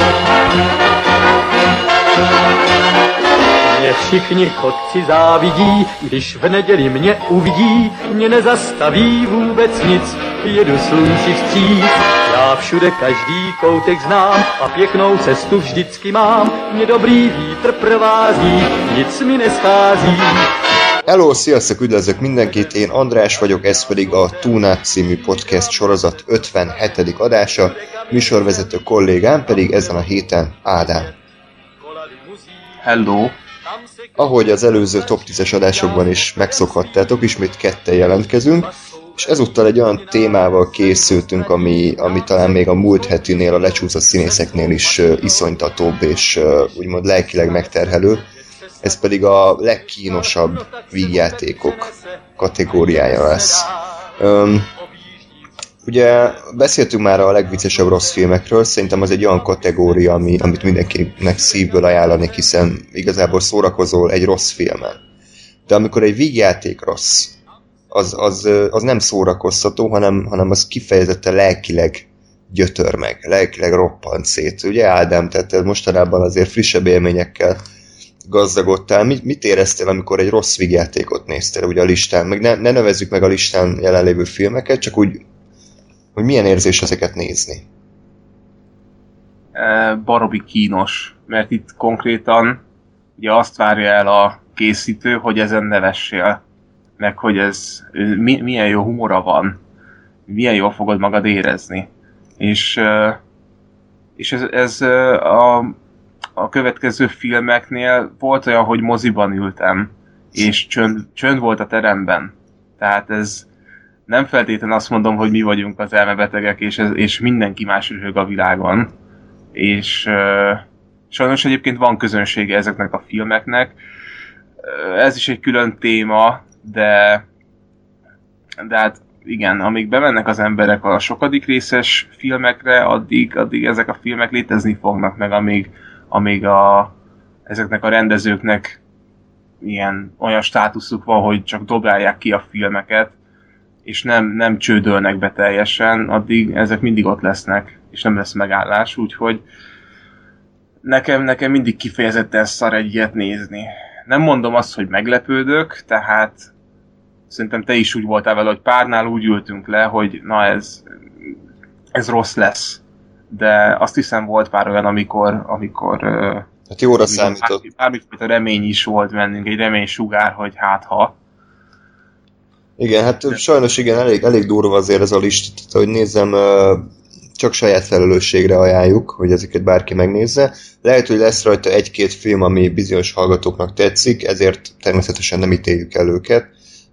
Mě všichni chodci závidí, když v neděli mě uvidí, mě nezastaví vůbec nic, jedu slunci vstříc. Já všude každý koutek znám a pěknou cestu vždycky mám, mě dobrý vítr provází, nic mi neschází. Hello, sziasztok, üdvözlök mindenkit, én András vagyok, ez pedig a Tuna című podcast sorozat 57. adása, műsorvezető kollégám pedig ezen a héten Ádám. Hello! Ahogy az előző top 10-es adásokban is megszokhattátok, ismét ketten jelentkezünk, és ezúttal egy olyan témával készültünk, ami talán még a múlt hetinél, a lecsúszott színészeknél is iszonytatóbb és úgymond lelkileg megterhelő. Ez pedig a legkínosabb vígjátékok kategóriája lesz. Ugye beszéltünk már a legviccesebb rossz filmekről, szerintem az egy olyan kategória, amit mindenkinek szívből ajánlanék, hiszen igazából szórakozol egy rossz filmen. De amikor egy vígjáték rossz, az nem szórakoztató, hanem az kifejezetten lelkileg gyötör meg, lelkileg roppant szét. Ugye Ádám, tehát mostanában azért frissebb élményekkel gazdagodtál. Mit éreztél, amikor egy rossz vígjátékot néztél ugye a listán? Meg ne nevezzük meg a listán jelenlévő filmeket, csak úgy, hogy milyen érzés ezeket nézni? Baromi kínos, mert itt konkrétan ugye azt várja el a készítő, hogy ezen nevessél, meg hogy ez milyen jó humora van, milyen jól fogod magad érezni. És ez a következő filmeknél volt olyan, hogy moziban ültem, és csönd volt a teremben. Tehát ez nem feltétlenül azt mondom, hogy mi vagyunk az elmebetegek, és mindenki más röhög a világon. És sajnos egyébként van közönsége ezeknek a filmeknek. Ez is egy külön téma, de hát igen, amíg bemennek az emberek a sokadik részes filmekre, addig ezek a filmek létezni fognak, meg amíg ezeknek a rendezőknek olyan státuszuk van, hogy csak dobálják ki a filmeket, és nem csődölnek be teljesen, addig ezek mindig ott lesznek, és nem lesz megállás, úgyhogy nekem mindig kifejezetten szar egy ilyet nézni. Nem mondom azt, hogy meglepődök, tehát szerintem te is úgy voltál vele, hogy párnál úgy ültünk le, hogy na ez rossz lesz. De azt hiszem volt pár olyan, amikor hát jóra számított. Bármifajta remény is volt bennünk, egy reménysugár, hogy ha. Igen, hát sajnos igen, elég durva azért ez a lista, hogy nézzem, csak saját felelősségre ajánljuk, hogy ezeket bárki megnézze. Lehet, hogy lesz rajta egy-két film, ami bizonyos hallgatóknak tetszik, ezért természetesen nem ítéljük el őket,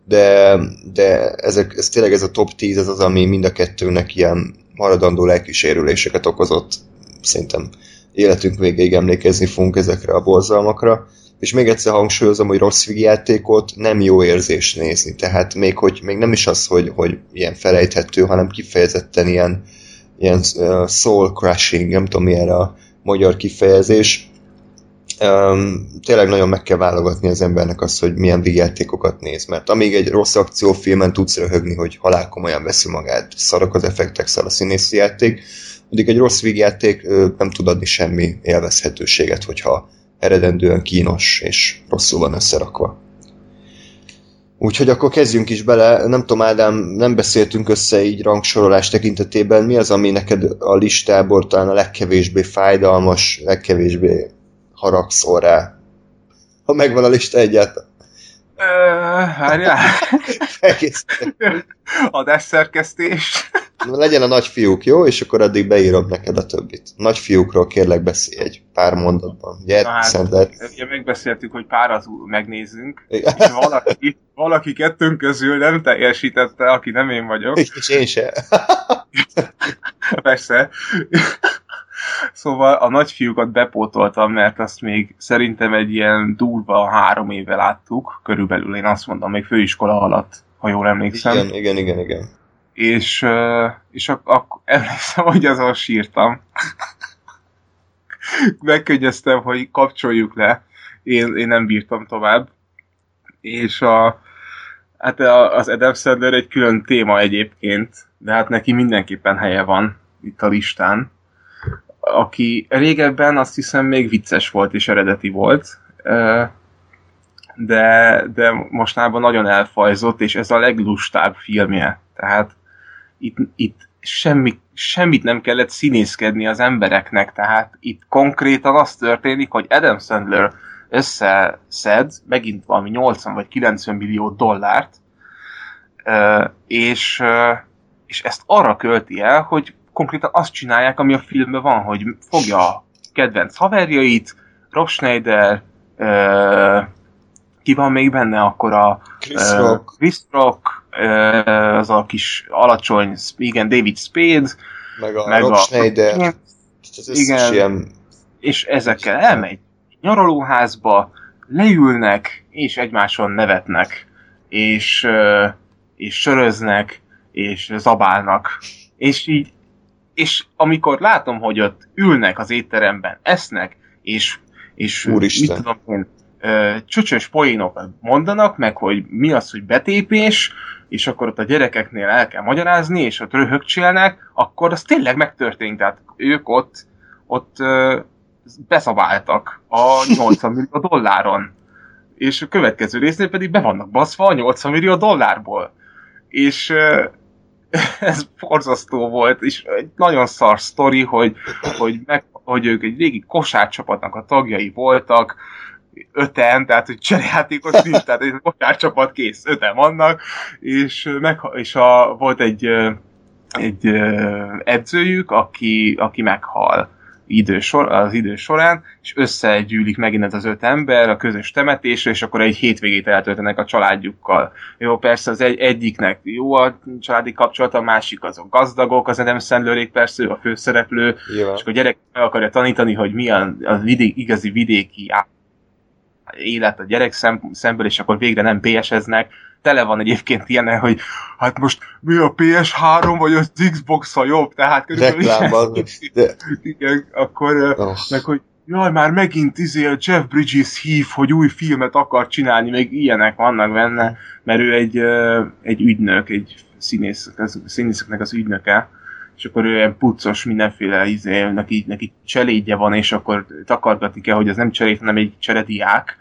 de ez tényleg ez a top 10, ez az, ami mind a kettőnek ilyen maradandó lelkisérüléseket okozott. Szerintem életünk végéig emlékezni fogunk ezekre a borzalmakra. És még egyszer hangsúlyozom, hogy rossz vígjátékot nem jó érzés nézni. Tehát még nem is az, hogy ilyen felejthető, hanem kifejezetten ilyen soul crushing, nem tudom milyen a magyar kifejezés. Tényleg nagyon meg kell válogatni az embernek azt, hogy milyen vígjátékokat néz. Mert amíg egy rossz akciófilmen tudsz röhögni, hogy halálkomolyan veszi magát, szarok az effektek, szar a színészi játék, addig egy rossz vígjáték nem tud adni semmi élvezhetőséget, hogyha eredendően kínos és rosszul van összerakva. Úgyhogy akkor kezdjünk is bele. Nem tudom, Ádám, nem beszéltünk össze így rangsorolás tekintetében. Mi az, ami neked a listából talán a legkevésbé fájdalmas, legkevésbé haragszol rá? Ha megvan a lista egyáltalán. Várjál. Adásszerkesztés. Legyen a nagyfiúk, jó? És akkor addig beírom neked a többit. Nagyfiúkról kérlek beszélj egy pár mondatban. Ugye, ugye megbeszéltük, hogy párazul megnézzünk, és valaki kettőnk közül nem teljesítette, aki nem én vagyok. És én se. Persze. Szóval a nagyfiúkat bepótoltam, mert azt még szerintem egy ilyen durva 3 éve láttuk, körülbelül én azt mondom, még főiskola alatt, ha jól emlékszem. Igen. És akkor emlékszem, hogy azon sírtam. Megkönnyeztem, hogy kapcsoljuk le. Én nem bírtam tovább. És az Adam Sandler egy külön téma egyébként, de hát neki mindenképpen helye van itt a listán. aki régebben azt hiszem még vicces volt és eredeti volt, de mostanában nagyon elfajzott, és ez a leglustább filmje. Tehát itt semmit nem kellett színészkedni az embereknek, tehát itt konkrétan az történik, hogy Adam Sandler összeszed megint valami 80 vagy 90 millió dollárt, és ezt arra költi el, hogy konkrétan azt csinálják, ami a filmben van, hogy fogja a kedvenc haverjait, Rob Schneider, ki van még benne, akkor a Chris Rock, az a kis alacsony, igen, David Spade, meg a Rob Schneider, igen, ilyen... és ezekkel elmegy nyaralóházba, leülnek, és egymáson nevetnek, és söröznek, és zabálnak, és amikor látom, hogy ott ülnek az étteremben, esznek, és mit tudom én, csöcsös poénokat mondanak, meg hogy mi az, hogy betépés, és akkor ott a gyerekeknél el kell magyarázni, és ott röhögcsélnek, akkor az tényleg megtörténik. Tehát ők ott beszabáltak a 80 millió dolláron. És a következő résznél pedig be vannak baszva a 80 millió dollárból. És ez borzasztó volt, és egy nagyon szar sztori, hogy ők egy régi kosárcsapatnak a tagjai voltak, 5-en, tehát hogy cserejátékos nincs, tehát egy kosárcsapat kész, 5-en vannak, és volt egy edzőjük, aki meghal az idő során, és összegyűlik megint ez az 5 ember a közös temetésre, és akkor egy hétvégét eltöltenek a családjukkal. Jó, persze az egyiknek jó a családi kapcsolata, a másik azok gazdagok, az Adam Sandlerék persze, ő a főszereplő, Jövő. És akkor a gyerek meg akarja tanítani, hogy milyen az igazi vidéki élet a gyerek szemből, és akkor végre nem PS-eznek. Tele van egyébként ilyen, hogy hát most mi a PS3 vagy az Xbox-a jobb, tehát körülbelül igen, akkor meg hogy jaj, már megint a Jeff Bridges hív, hogy új filmet akar csinálni, még ilyenek vannak benne, mert ő egy ügynök, egy színészeknek az ügynöke, és akkor ő ilyen puccos, mindenféle neki cselédje van, és akkor takargatni kell, hogy az nem cseléd, hanem egy cserediák.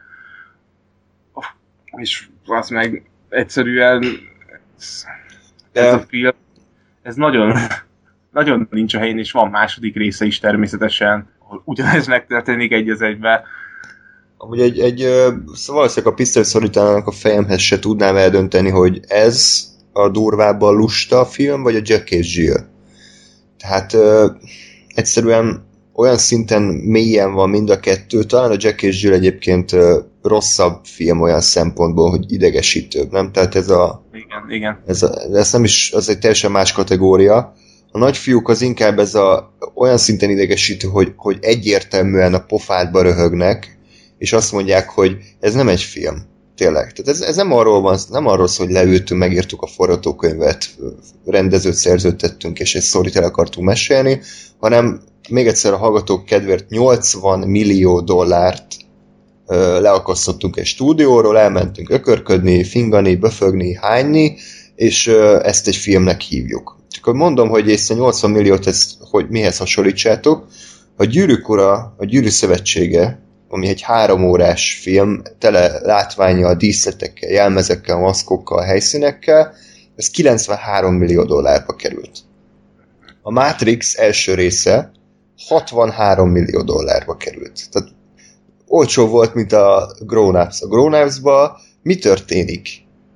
És az meg egyszerűen ez a film, ez nagyon, nagyon nincs a helyén, és van második része is természetesen, ahol ugyanez megtörténik egy az egyben. Amúgy szóval valószínűleg a pisztolyszorítának a fejemhez se tudnám eldönteni, hogy ez a durvábban lusta film, vagy a Jack és Jill. Tehát egyszerűen olyan szinten mélyen van mind a kettő, talán a Jack és Jill egyébként rosszabb film olyan szempontból, hogy idegesítőbb, nem? Tehát Igen. Ez nem is, az egy teljesen más kategória. A nagyfiúk az inkább olyan szinten idegesítő, hogy egyértelműen a pofádba röhögnek, és azt mondják, hogy ez nem egy film. Tényleg. Tehát ez nem arról szól, hogy leültünk, megírtuk a forgatókönyvet, rendezőt szerződtettünk, és egy sztorit el akartunk mesélni, hanem még egyszer a hallgatók kedvéért 80 millió dollárt leakasztottunk egy stúdióról, elmentünk ökörködni, fingani, böfögni, hányni, és ezt egy filmnek hívjuk. Csak mondom, hogy észre 80 milliót hogy mihez hasonlítsátok. A Gyűrűk ura, a Gyűrű Szövetsége, ami egy 3 órás film, tele látvánnyal, díszletekkel, jelmezekkel, maszkokkal, helyszínekkel, ez 93 millió dollárba került. A Matrix első része 63 millió dollárba került. Tehát olcsó volt, mint a Grown Ups. A Grown Ups-ban mi történik?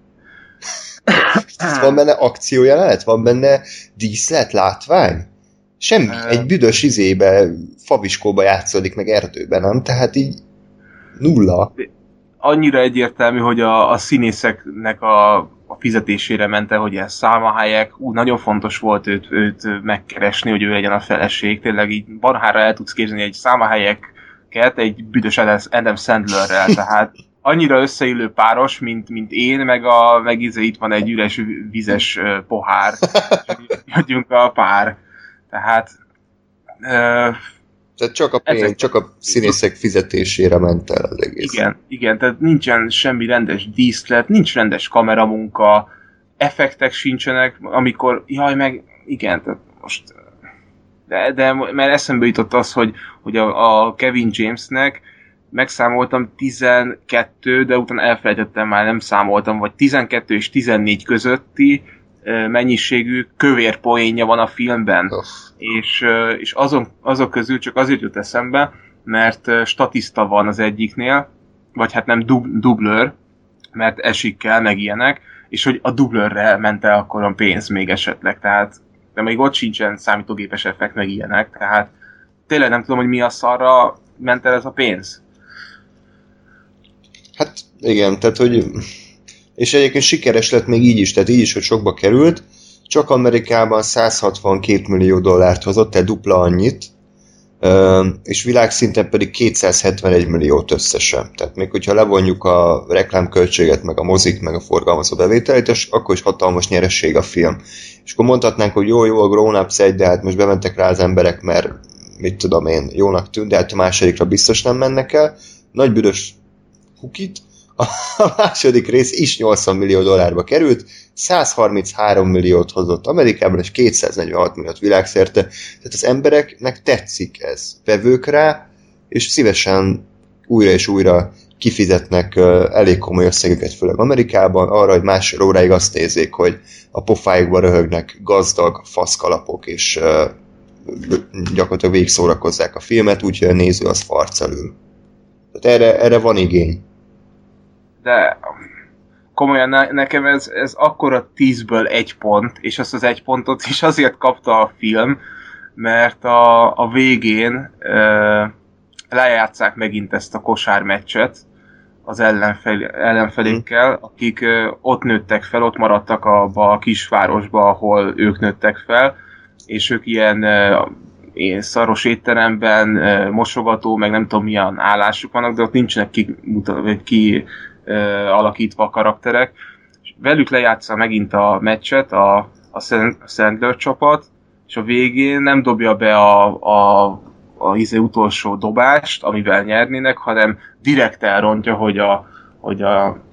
Van benne akciójelenet? Van benne díszlet, látvány? Semmi. Egy büdös faviskóba játszódik meg erdőben, nem? Tehát így nulla. Annyira egyértelmű, hogy a színészeknek a fizetésére ment el, hogy ez Salma Hayek, nagyon fontos volt őt megkeresni, hogy ő legyen a feleség. Tényleg így barhára el tudsz képzelni egy Salma Hayeket egy büdös Adam Sandlerrel, tehát annyira összeillő páros, mint én, meg itt van egy üres vizes pohár. Hagyjunk a pár. Tehát csak a pénz, csak a színészek fizetésére ment el az egész. Igen, tehát nincsen semmi rendes díszlet, nincs rendes kameramunka, effektek sincsenek, amikor, tehát most de mert eszembe jutott az, hogy a Kevin Jamesnek megszámoltam 12, de utána elfelejtettem, már nem számoltam, vagy 12 és 14 közötti mennyiségű kövér poénja van a filmben. És azok közül csak azért jut eszembe, mert statiszta van az egyiknél, vagy hát nem dublőr, mert esik kell, meg ilyenek, és hogy a dublőrre ment el akkor a pénz még esetleg, tehát de még ott sincsen számítógépes effekt, meg ilyenek, tehát tényleg nem tudom, hogy mi a szarra ment el ez a pénz. Hát igen, tehát hogy... És egyébként sikeres lett még így is, tehát így is, hogy sokba került, csak Amerikában 162 millió dollárt hozott, tehát dupla annyit, és világszinten pedig 271 milliót összesen. Tehát még hogyha levonjuk a reklámköltséget, meg a mozik, meg a forgalmazó bevételét, és akkor is hatalmas nyeresség a film. És akkor mondhatnánk, hogy jó, a Grown Ups 1, de hát most bementek rá az emberek, mert mit tudom én, jónak tűnt, de hát a másodikra biztos nem mennek el. Nagy büdös hukit. A második rész is 80 millió dollárba került, 133 milliót hozott Amerikában, és 246 milliót világszerte. Tehát az embereknek tetszik ez. Vevők rá, és szívesen újra és újra kifizetnek elég komoly összegeket, főleg Amerikában, arra, hogy más óráig azt nézzék, hogy a pofájukban röhögnek gazdag faszkalapok, és gyakorlatilag végig szórakozzák a filmet, úgyhogy a néző az farcalül. Tehát erre van igény. De komolyan nekem ez akkora 10-ből 1 pont, és azt az 1 pontot is azért kapta a film, mert a végén lejátszák megint ezt a kosármeccset az ellenfelékkel, akik ott nőttek fel, ott maradtak abba a kisvárosba, ahol ők nőttek fel, és ők ilyen szaros étteremben, mosogató, meg nem tudom milyen állásuk vannak, de ott nincsenek alakítva a karakterek. És velük lejátsza megint a meccset a Sandler csapat, és a végén nem dobja be a utolsó dobást, amivel nyernének, hanem direkt elrontja, hogy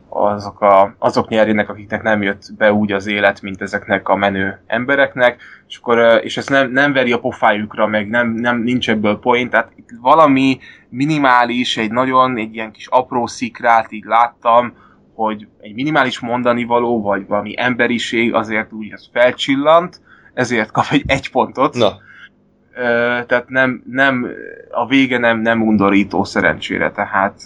azok nyerjenek, akiknek nem jött be úgy az élet, mint ezeknek a menő embereknek, és ezt nem veri a pofájukra, meg nincs ebből point, tehát itt valami minimális, egy ilyen kis apró szikrát így láttam, hogy egy minimális mondani való, vagy valami emberiség azért úgy ez felcsillant, ezért kap egy 1 pontot. Na. Tehát a vége nem undorító szerencsére, tehát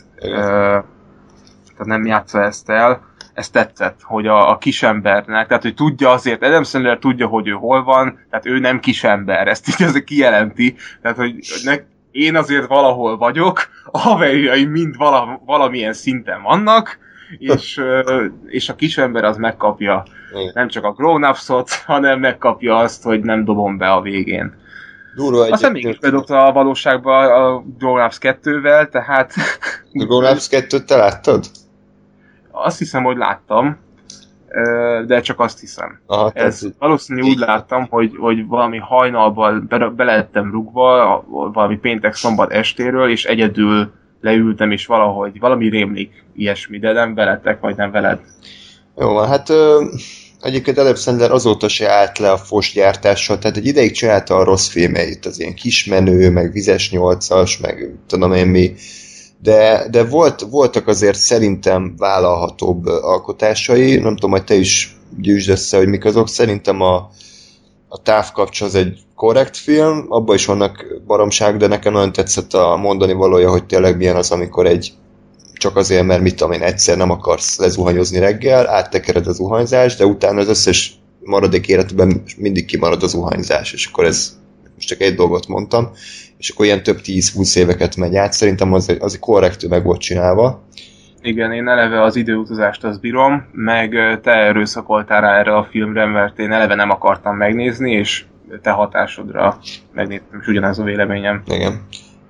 nem játsza ezt el. Ez tetszett, hogy a kisembernek, tehát hogy tudja azért, Adam Sandler tudja, hogy ő hol van, tehát ő nem kisember, ezt így azért kijelenti, tehát hogy én azért valahol vagyok, a haverjaim mind valamilyen szinten vannak, és a kisember az megkapja nem csak a Grown Ups-ot, hanem megkapja azt, hogy nem dobom be a végén. Aztán mégis bedobta a valóságba a Grown Ups 2-vel, tehát... A Grown Ups 2-t te láttad? Azt hiszem, hogy láttam, de csak azt hiszem. Aha, valószínűleg úgy láttam, hogy valami hajnalban belettem rugva, valami péntek-szombat estéről, és egyedül leültem, és valami rémlik ilyesmi, de nem veletek, vagy nem veled. Jó van, hát egyébként Adam Sandler azóta se állt le a fosgyártással, tehát egy ideig csinálta a rossz filmeit, az ilyen kismenő, meg vizes 8-as, meg tudom én mi, de voltak azért szerintem vállalhatóbb alkotásai, nem tudom, hogy te is gyűjtsd össze, hogy mik azok, szerintem a Távkapcs az egy korrekt film, abban is vannak baromság, de nekem nagyon tetszett a mondani valója, hogy tényleg milyen az, amikor csak azért, mert mit tudom én, egyszer nem akarsz lezuhanyozni reggel, áttekered az zuhanyzás, de utána az összes maradék életben mindig kimarad az zuhanyzás, és akkor ez most csak egy dolgot mondtam, és akkor ilyen több 10-20 éveket megy át, szerintem az korrektül meg volt csinálva. Igen, én eleve az időutazást azt bírom, meg te erőszakoltál rá erre a filmre, mert én eleve nem akartam megnézni, és te hatásodra megnéztem, és ugyanez a véleményem. Igen.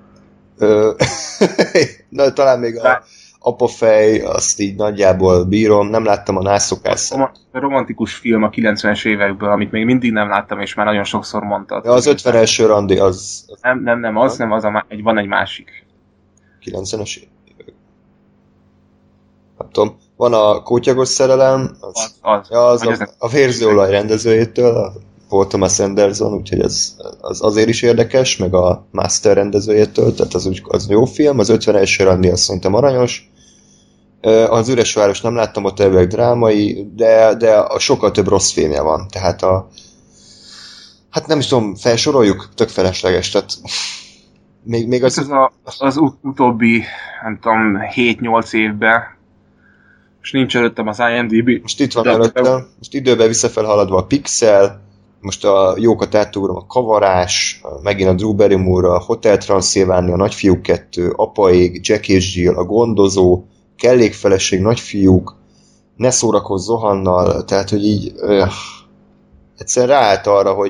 Na, talán még a Apafej, azt így nagyjából bírom, nem láttam a Nászokás. A romantikus film a 90-es évekből, amit még mindig nem láttam, és már nagyon sokszor mondtad. Ja, az 50 első randi, az... Van egy másik. 90-es évek. Nem tudom. Van a Kótyagos szerelem, az a vérzőolaj rendezőjétől, a Paul Thomas Anderson, úgyhogy az azért is érdekes, meg a Master rendezőjétől, tehát az jó film, az 51. ranni azt szerintem aranyos. Az Üres város nem láttam, ott elvileg drámai, de sokkal több rossz filmje van, tehát hát nem is tudom, felsoroljuk, tök felesleges, tehát még az... Az utóbbi, nem tudom, 7-8 évben, és nincs előttem az IMDb. Most itt van előttem, most időben visszafelhaladva a Pixel, most a jókat átugrom, a Kavarás, megint a Drew Barrymore, a Hotel Transylvania, a Nagyfiúk 2, Apaég, Jack és Jill, a Gondozó, Kellékfeleség, Nagyfiúk, Ne szórakozz Zohannal, tehát, hogy így egyszerűen ráállt arra, hogy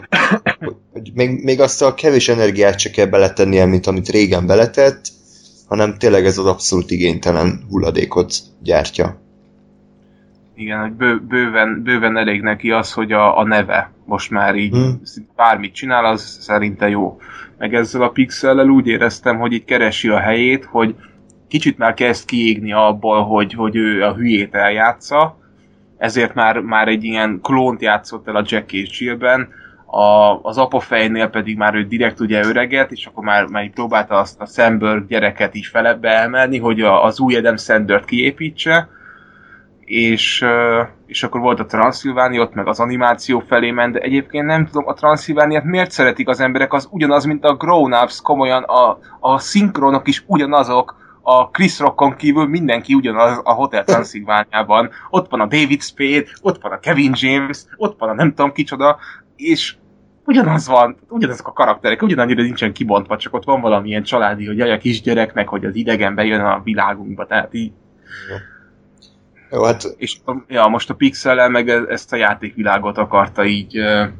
még azt a kevés energiát se kell beletennie, mint amit régen beletett, hanem tényleg ez az abszolút igénytelen hulladékot gyártja. Igen, hogy bőven elég neki az, hogy a neve most már így bármit csinál, az szerinte jó. Meg ezzel a Pixellel úgy éreztem, hogy itt keresi a helyét, hogy kicsit már kezd kiégni abból, hogy ő a hülyét eljátsza, ezért már egy ilyen klónt játszott el a Jack és Jill-ben, az apafejnél pedig már ő direkt ugye öreget, és akkor már próbálta azt a Sandberg gyereket is felebbe emelni, hogy az új Adam Sandlert kiépítse, és akkor volt a Transylvania, ott meg az animáció felé ment, de egyébként nem tudom, a Transylvániát miért szeretik az emberek, az ugyanaz, mint a Grown Ups, komolyan a szinkronok is ugyanazok, a Chris Rockon kívül mindenki ugyanaz a Hotel Transylvániában. Ott van a David Spade, ott van a Kevin James, ott van a nem tudom kicsoda, és ugyanaz van, ugyanazok a karakterek, ugyanannyira nincsen kibontva, csak ott van valamilyen családi, hogy jaj, a kisgyereknek, hogy az idegen bejön a világunkba, tehát így. Jó, hát... És most a Pixel-el meg ezt a játékvilágot akarta így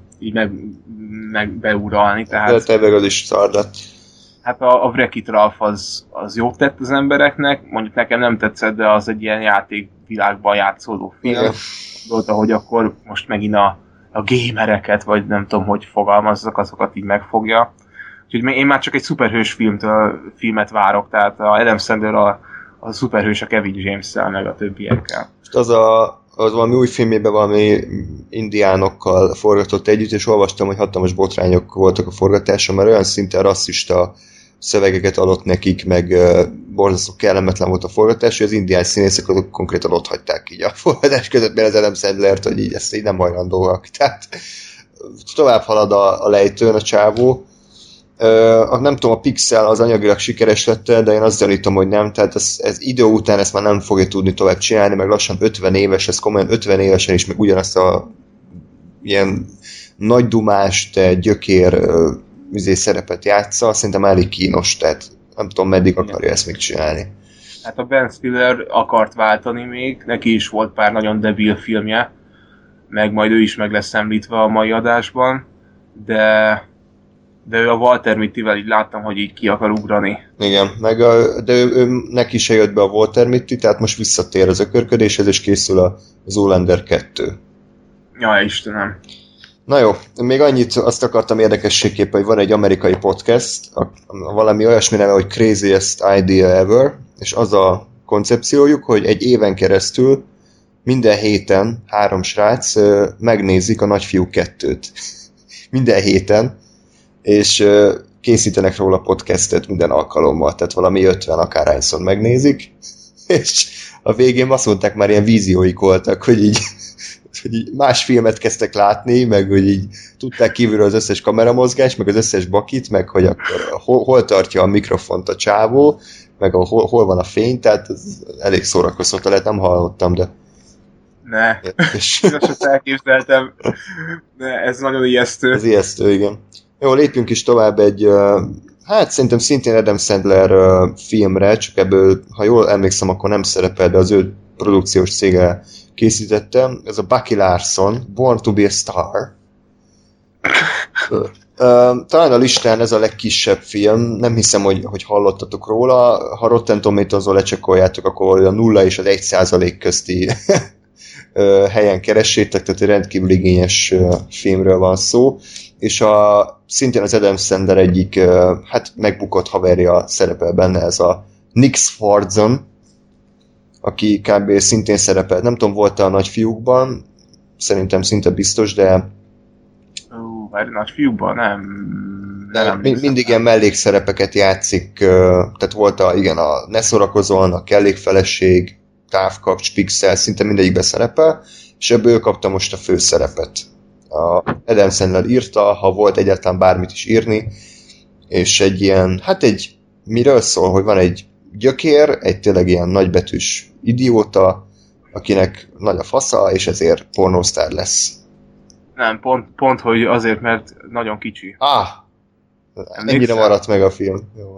meg beuralni, tehát... De tényleg az is szar lett. Hát a Wreck-It Ralph az jót tett az embereknek, mondjuk nekem nem tetszett, de az egy ilyen játékvilágban játszódó film. Gondolta, hogy akkor most megint a gamereket, vagy nem tudom, hogy fogalmazzak, azokat így megfogja. Úgyhogy én már csak egy szuperhős filmet várok, tehát a Adam Sandler a szuperhős a Kevin James-szel, meg a többiekkel. Az valami új filmében valami indiánokkal forgatott együtt, és olvastam, hogy hatalmas botrányok voltak a forgatáson, mert olyan szinten rasszista szövegeket adott nekik, meg borzasztó kellemetlen volt a forgatás, hogy az indián színészek azok konkrétan ott hagyták így a forgatás között, mert az Adam Sandlert, hogy így ezt így nem hajlandóak. Tehát tovább halad a lejtőn a csávó. Nem tudom, a Pixel az anyagilag sikeres lett, de én azt gyanítom, hogy nem, tehát ez idő után ezt már nem fogja tudni tovább csinálni, meg lassan 50 éves, ez komolyan 50 évesen is meg ugyanazt a ilyen nagy dumás, de gyökér szerepet játsza, szerintem elég kínos, tehát nem tudom, meddig akarja ezt még csinálni. Hát a Ben Stiller akart váltani még, neki is volt pár nagyon debil filmje, meg majd ő is meg lesz említve a mai adásban, de ő a Walter Mittyvel így láttam, hogy így ki akar ugrani. Igen, de ő neki se jött be a Walter Mitty, tehát most visszatér az ökörködéshez, és készül a Zoolander 2. Ja, Istenem. Na jó, még annyit azt akartam érdekességképpen, hogy van egy amerikai podcast, valami olyasmi neve, hogy Craziest Idea Ever, és az a koncepciójuk, hogy egy éven keresztül minden héten 3 srác megnézik a Nagyfiúk 2-t. Minden héten, és készítenek róla podcastet minden alkalommal, tehát valami 50 akárhányszor megnézik, és a végén azt mondták, már ilyen vízióik voltak, hogy így más filmet kezdtek látni, meg hogy így tudták kívülről az összes kameramozgást, meg az összes bakit, meg hogy akkor hol tartja a mikrofont a csávó, meg hol van a fény, tehát ez elég szórakoztató lett, nem hallottam, de... Ne, ezt elképzeltem, de ez nagyon ijesztő. Ez ijesztő, igen. Jó, lépjünk is tovább egy, hát szerintem szintén Adam Sandler filmre, csak ebből, ha jól emlékszem, akkor nem szerepel, de az ő produkciós cége készítette. Ez a Bucky Larson, Born to be a Star. Talán a listán ez a legkisebb film, nem hiszem, hogy hallottatok róla. Ha Rotten Tomatoes-on lecsekoljátok, akkor a 0 és az 1% közti helyen keressétek, tehát egy rendkívül igényes filmről van szó, és szintén az Adam Sandler egyik hát megbukott haverja szerepel benne, ez a Nick Swardson, aki kb. Szintén szerepel, nem tudom, volt-e a Nagyfiúkban, szerintem szinte biztos, de nagy fiúkban nem mindig ilyen mellékszerepeket játszik, tehát volt a Ne szórakozol, a Kellékfeleség, Távkapcs, Pixel, szinte mindegyikben szerepel, és ebből ő kapta most a főszerepet. A Adam Sandler írta, ha volt egyáltalán bármit is írni, és miről szól, hogy van egy gyökér, egy tényleg ilyen nagybetűs idióta, akinek nagy a fasza, és ezért pornósztár lesz. Nem, pont, hogy azért, mert nagyon kicsi. Ennyire maradt meg a film. Jó.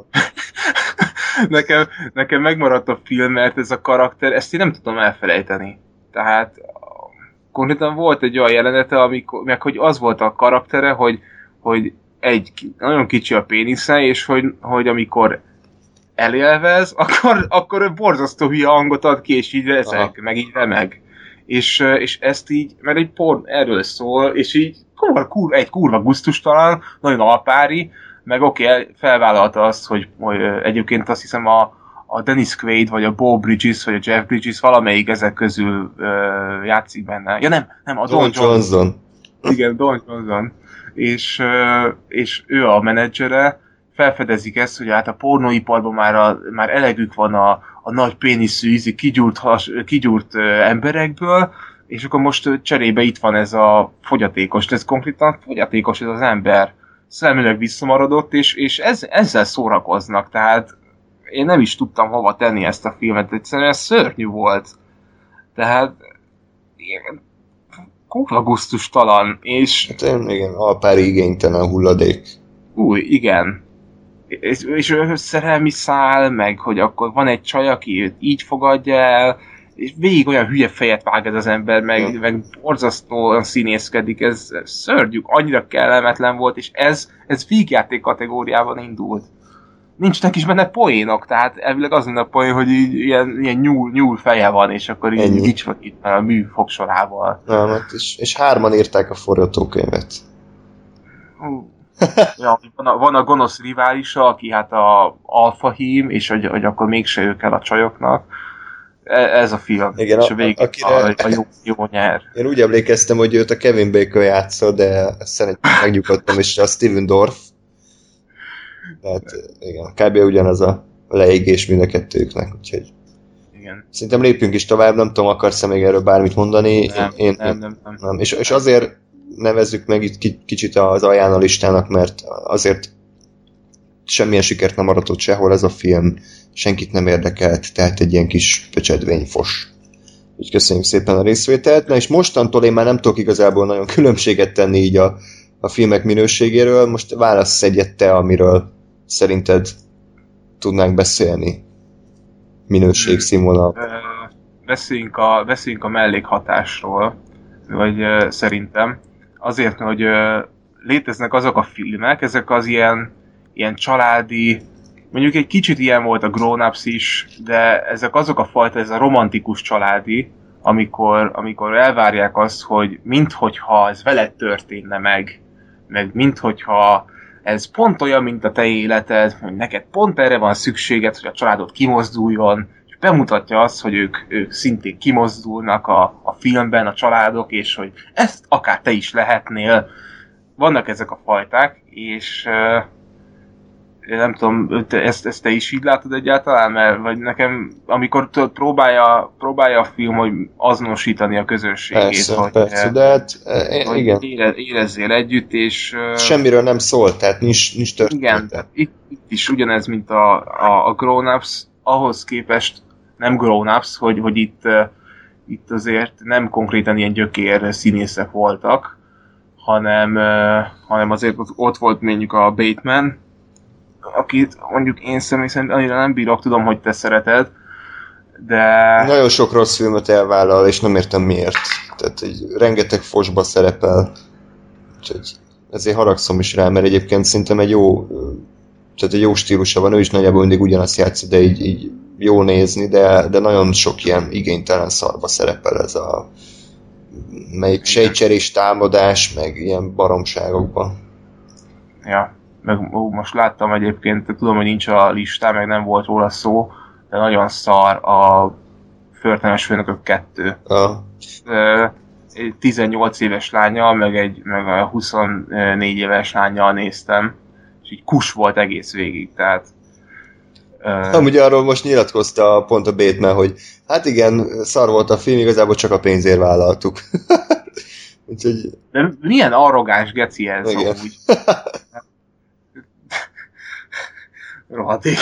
nekem megmaradt a film, mert ez a karakter, ezt én nem tudom elfelejteni. Tehát konkrétan volt egy olyan jelenete, hogy az volt a karaktere, hogy egy nagyon kicsi a pénisze, és hogy amikor elélvez, akkor borzasztó hülye hangot ad ki, és így rezeg, meg így remeg. És ezt így, mert egy erről szól, és így egy kurva gusztustalan, nagyon alpári, meg felvállalta azt, hogy egyébként azt hiszem a Dennis Quaid, vagy a Beau Bridges, vagy a Jeff Bridges valamelyik ezek közül játszik benne. Ja nem, a Don Johnson. Igen, Don Johnson. És ő a menedzsere, felfedezik ezt, hogy hát a pornóiparban már elegük van a nagy péniszű, kigyúrt emberekből, és akkor most cserébe itt van ez a fogyatékos, ez konkrétan fogyatékos ez az ember. Szellemileg visszamaradott, és ezzel szórakoznak, tehát én nem is tudtam hova tenni ezt a filmet, egyszerűen ez szörnyű volt. Tehát kurva gusztustalan, és... Hát igen, alpári igénytelen hulladék. Igen. És szerelmi szál, meg hogy akkor van egy csaj, aki őt így fogadja el, és végig olyan hülye fejet vág ez az ember, meg borzasztóan színészkedik, ez szörnyű, annyira kellemetlen volt, és ez vígjáték kategóriában indult. Nincsnek is benne poénok, tehát elvileg az lenne a poén, hogy így ilyen nyúl feje van, és akkor így van itt a mű fogsorával. És 3 írták a forgatókönyvet. Ja, van a gonosz riválisa, aki hát a alfa hím, és hogy akkor mégse ő kell a csajoknak. Ez a film. Igen, és a jó nyer. Én úgy emlékeztem, hogy őt a Kevin Bacon játszott, de szerintem megnyugodtam, és a Steven Dorff. Tehát igen, kb. Ugyanaz a leégés mind a kettőjüknek, úgyhogy igen. Szerintem lépjünk is tovább, nem tudom, akarsz-e még erről bármit mondani? Nem. És azért nevezzük meg itt kicsit az alján a listának, mert azért semmilyen sikert nem aratott sehol ez a film, senkit nem érdekelt, tehát egy ilyen kis pöcsedvényfos. Úgy köszönjük szépen a részvételt. Na és mostantól én már nem tudok igazából nagyon különbséget tenni így a filmek minőségéről. Most válasz egyet te, amiről szerinted tudnánk beszélni. Minőség, színvonal. Beszéljünk a mellékhatásról, vagy szerintem. Azért, hogy léteznek azok a filmek, ezek az ilyen családi, mondjuk egy kicsit ilyen volt a Grown Ups is, de ezek azok a fajta, ez a romantikus családi, amikor elvárják azt, hogy minthogyha ez veled történne meg minthogyha ez pont olyan, mint a te életed, hogy neked pont erre van szükséged, hogy a családod kimozduljon, és bemutatja azt, hogy ők szintén kimozdulnak a filmben, a családok, és hogy ezt akár te is lehetnél. Vannak ezek a fajták, és nem tudom, ezt te is így látod egyáltalán? Mert vagy nekem, amikor próbálja a film, hogy azonosítani a közönségét, persze, de hát igen. Érezzél együtt, és... Semmiről nem szól, tehát nincs történet. Igen, itt is ugyanez, mint a Grown Ups, ahhoz képest nem Grown Ups, hogy itt azért nem konkrétan ilyen gyökér színészek voltak, hanem azért ott volt mondjuk a Bateman, akit mondjuk én személy szerint annyira nem bírok, tudom, hogy te szereted, de... Nagyon sok rossz filmet elvállal, és nem értem miért. Tehát rengeteg fosba szerepel. Úgyhogy ezért haragszom is rá, mert egyébként szerintem egy jó stílusa van, ő is nagyjából mindig ugyanazt játszik, de így jó nézni, de nagyon sok ilyen igénytelen szarba szerepel ez a melyik sejtcserés támadás, meg ilyen baromságokban. Ja. Meg most láttam egyébként, tudom, hogy nincs a listán, meg nem volt róla szó, de nagyon szar a Förtelmes főnökök 2. egy 18 éves lányjal, meg a 24 éves lányjal néztem, és így kus volt egész végig, tehát... Ugye arról most nyilatkozta pont a Bateman, hogy hát igen, szar volt a film, igazából csak a pénzért vállaltuk. Úgyhogy... De milyen arrogáns geci ez amúgy. Rohadék.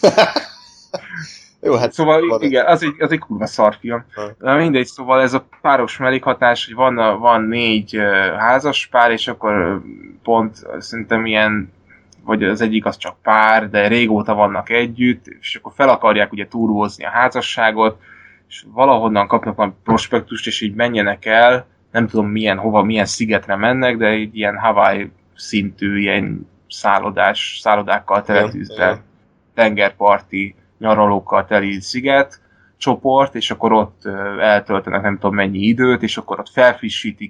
Jó, hát szóval igen, az egy kurva szarfilm. De mindegy, szóval ez a páros mellékhatás, hogy van 4 házas pár, és akkor pont szerintem ilyen, vagy az egyik az csak pár, de régóta vannak együtt, és akkor fel akarják ugye túrózni a házasságot, és valahonnan kapnak valami prospektust, és így menjenek el, nem tudom milyen szigetre mennek, de egy ilyen Hawaii szintű, ilyen szállodákkal teletűzve, tengerparti nyaralókkal teli sziget csoport, és akkor ott eltöltenek nem tudom mennyi időt, és akkor ott felfrissítik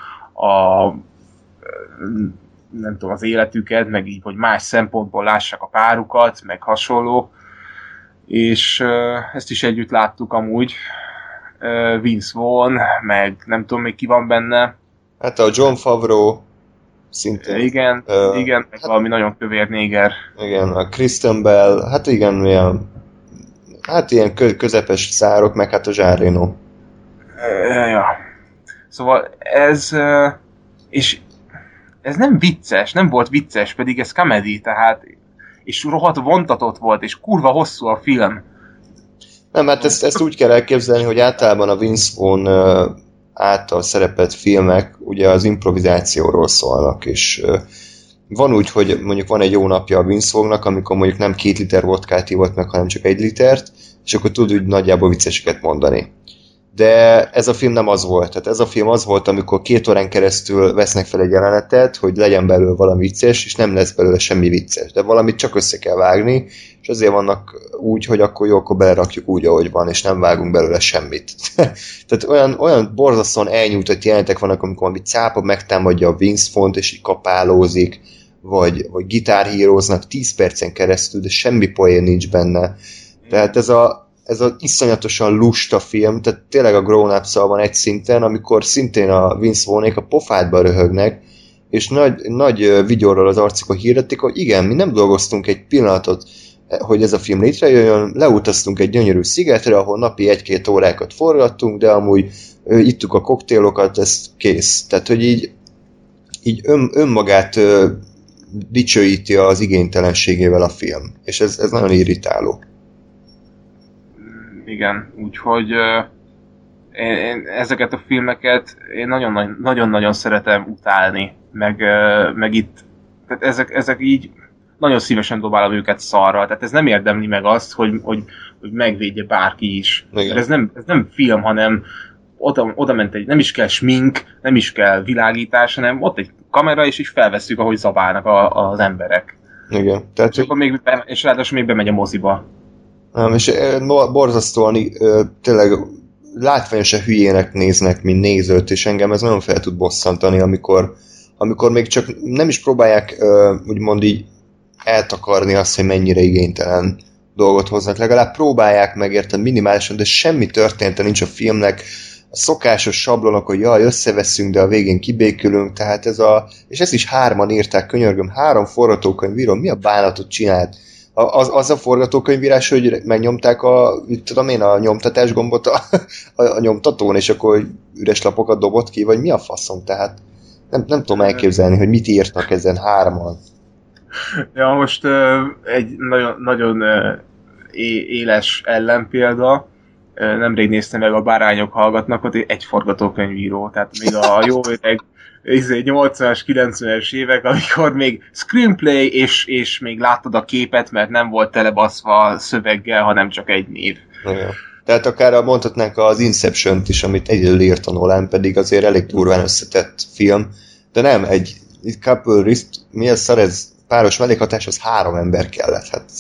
nem tudom, az életüket, meg így, hogy más szempontból lássák a párukat, meg hasonló. És ezt is együtt láttuk amúgy. Vince Vaughn, meg nem tudom még ki van benne. Hát a Jon Favreau szintén. Igen, meg valami nagyon kövér néger. Igen, a Kristen Bell, hát igen, ilyen közepes szárok, meg hát a Jean Reno. Ja. Szóval és ez nem vicces, nem volt vicces, pedig ez comedy, tehát és rohadt vontatott volt, és kurva hosszú a film. Nem, hát ezt úgy kell elképzelni, hogy általában a Vince Vaughn által szerepelt filmek ugye az improvizációról szólnak, és van úgy, hogy mondjuk van egy jó napja a Vince Vaughnnak, amikor mondjuk nem 2 liter vodkát ivott meg, hanem csak 1 litert, és akkor tud úgy nagyjából vicceseket mondani. De ez a film nem az volt. Tehát ez a film az volt, amikor 2 órán keresztül vesznek fel egy jelenetet, hogy legyen belőle valami vicces, és nem lesz belőle semmi vicces. De valamit csak össze kell vágni, és azért vannak úgy, hogy akkor jó, akkor belerakjuk úgy, ahogy van, és nem vágunk belőle semmit. Tehát olyan borzasztóan elnyújtott jelenetek vannak, amikor valami cápa megtámadja a Vince Vaughnt, és így kapálózik, vagy gitárhíróznak 10 percen keresztül, de semmi poén nincs benne. Tehát ez az iszonyatosan lusta film, tehát tényleg a Grown Ups-szal van egy szinten, amikor szintén a Vince Vaughnék a pofádba röhögnek, és nagy vigyorral az arcukon hirdették, hogy igen, mi nem dolgoztunk egy pillanatot, hogy ez a film létrejöjjön, leutaztunk egy gyönyörű szigetre, ahol napi 1-2 órákat forgattunk, de amúgy ittuk a koktélokat, ez kész. Tehát, hogy így önmagát dicsőíti az igénytelenségével a film. És ez nagyon irritáló. Igen, úgyhogy én ezeket a filmeket én nagyon-nagyon szeretem utálni, meg itt, tehát ezek így nagyon szívesen dobálom őket szarra, tehát ez nem érdemli meg azt, hogy megvédje bárki is. Ez nem film, hanem oda ment egy, nem is kell smink, nem is kell világítás, hanem ott egy kamera, és így felvesszük, ahogy zabálnak az emberek. Igen. Tehát, és ráadásul még bemegy a moziba. Nem, és borzasztóan tényleg látványosan hülyének néznek, mint nézőt, és engem ez nagyon fel tud bosszantani, amikor még csak nem is próbálják úgymond így eltakarni azt, hogy mennyire igénytelen dolgot hoznak. Legalább próbálják megérteni minimálisan, de semmi története nincs a filmnek. A szokásos sablonok, hogy jaj, összeveszünk, de a végén kibékülünk, tehát és ezt is 3-an írták, könyörgöm, 3 forgatókönyvíró, mi a bánatot csinált? Az a forgatókönyvírás, hogy megnyomták a nyomtatás gombot a nyomtatón, és akkor üres lapokat dobott ki, vagy mi a faszom? Tehát nem tudom elképzelni, hogy mit írtak ezen 3-an. Ja, most egy nagyon éles ellenpélda. Nemrég néztem meg a Bárányok hallgatnak, ott egy forgatókönyvíró, tehát még a jó öreg 80-as, 90-es évek, amikor még screenplay, és még láttad a képet, mert nem volt telebaszva szöveggel, hanem csak egy név. Igen. Tehát akár mondhatnánk az Inception-t is, amit egyedül írt a Nolan, pedig azért elég durván összetett film, de nem, egy couple risk, mi ez szar, ez páros mellékhatás, az 3 ember kellett, hát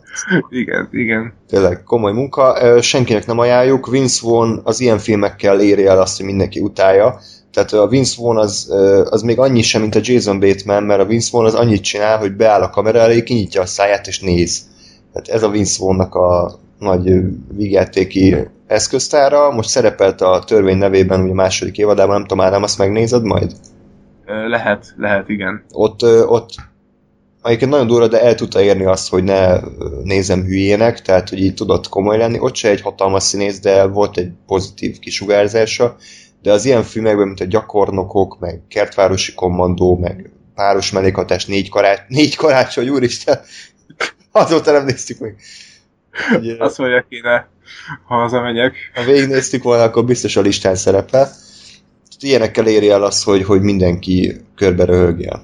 Igen. Tényleg komoly munka, senkinek nem ajánljuk, Vince Vaughn az ilyen filmekkel éri el azt, hogy mindenki utálja, tehát a Vince Vaughn az még annyi sem, mint a Jason Bateman, mert a Vince Vaughn az annyit csinál, hogy beáll a kamera elé, kinyitja a száját és néz. Tehát ez a Vince Vaughnnak a nagy vígjátéki eszköztára, most szerepelt a törvény nevében, ugye a második évadában, nem tudom, Ádám, azt megnézed majd? Lehet, igen. Ott egyébként nagyon durva, de el tudta érni azt, hogy ne nézem hülyének, tehát hogy így tudott komoly lenni. Ott se egy hatalmas színész, de volt egy pozitív kisugárzása. De az ilyen filmekben, mint a Gyakornokok, meg Kertvárosi Kommandó, meg Páros mellékhatás, négy karácsony, úristen! Azóta nem néztük meg. Ugye, azt mondja kéne, ha hazamegyek. Ha végignéztük volna, akkor biztos a listán szerepel. Ilyenekkel éri el az, hogy mindenki körbe röhögjel.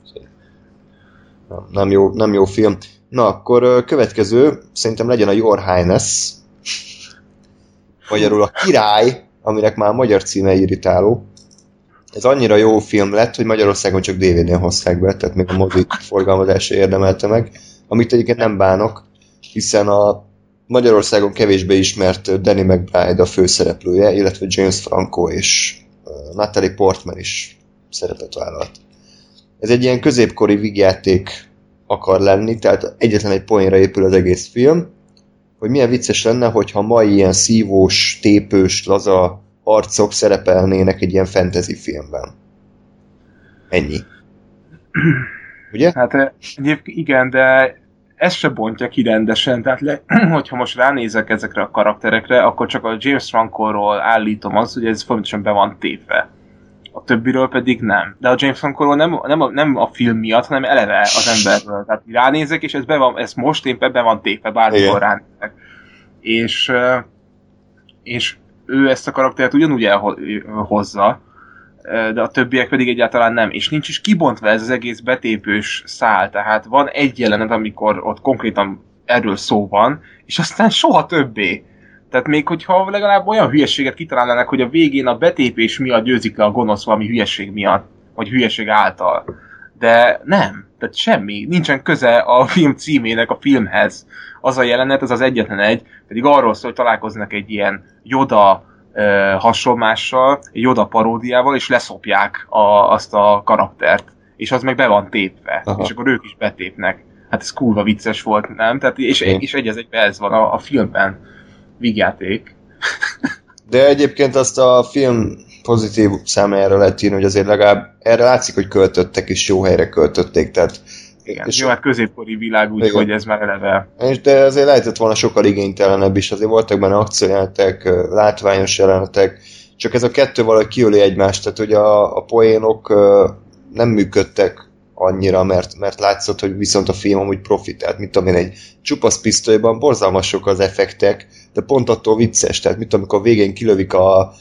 Nem jó film. Na, akkor következő, szerintem legyen a Your Highness. Magyarul a Király, aminek már a magyar címe irritáló. Ez annyira jó film lett, hogy Magyarországon csak DVD-n hozták be, tehát még a mozi forgalmazása érdemelte meg. Amit egyébként nem bánok, hiszen a Magyarországon kevésbé ismert Danny McBride a főszereplője, illetve James Franco és Natalie Portman is szerepet vállalt. Ez egy ilyen középkori vígjáték akar lenni, tehát egyetlen egy poénra épül az egész film, hogy milyen vicces lenne, hogyha mai ilyen szívós, tépős, laza arcok szerepelnének egy ilyen fantasy filmben. Ennyi. Ugye? Hát egyébként igen, de ez se bontja ki rendesen, tehát hogyha most ránézek ezekre a karakterekre, akkor csak a James Franco-ról állítom azt, hogy ez fontosan be van tépve. A többiről pedig nem. De a James Franco-ról nem a film miatt, hanem eleve az emberről. Tehát ránézek, és ez most éppen be van tépve, bármikor ránézek. És ő ezt a karaktert ugyanúgy elhozza, de a többiek pedig egyáltalán nem. És nincs is kibontva ez az egész betépős szál. Tehát van egy jelenet, amikor ott konkrétan erről szó van, és aztán soha többé. Tehát még hogyha legalább olyan hülyeséget kitalálnának, hogy a végén a betépés miatt győzik le a gonosz valami hülyeség miatt, vagy hülyeség által. De nem. Tehát semmi. Nincsen köze a film címének a filmhez. Az a jelenet, az az egyetlen egy, pedig arról szól, hogy találkoznak egy ilyen Yoda hasonmással, egy Yoda paródiával, és leszopják azt a karaktert. És az meg be van tépve. Aha. És akkor ők is betépnek. Hát ez kurva vicces volt, nem? Tehát, és egy az egyben ez van a filmben. Vígjáték. De egyébként azt a film pozitív számára lehet írni, hogy azért legalább erre látszik, hogy költöttek, és jó helyre költötték, tehát... Igen, jó, hát középkori világ, úgyhogy ez már eleve... De azért lehetett volna sokkal igénytelenebb is, azért voltak benne akciójelenetek, látványos jelenetek, csak ez a kettő valahogy kiöli egymást, tehát ugye a poénok nem működtek annyira, mert látszott, hogy viszont a film amúgy profitált, mit tudom én, egy csupasz pisztolyban borzalmas sok az effektek, de pont attól vicces, tehát mit tudom, amikor végén kilövik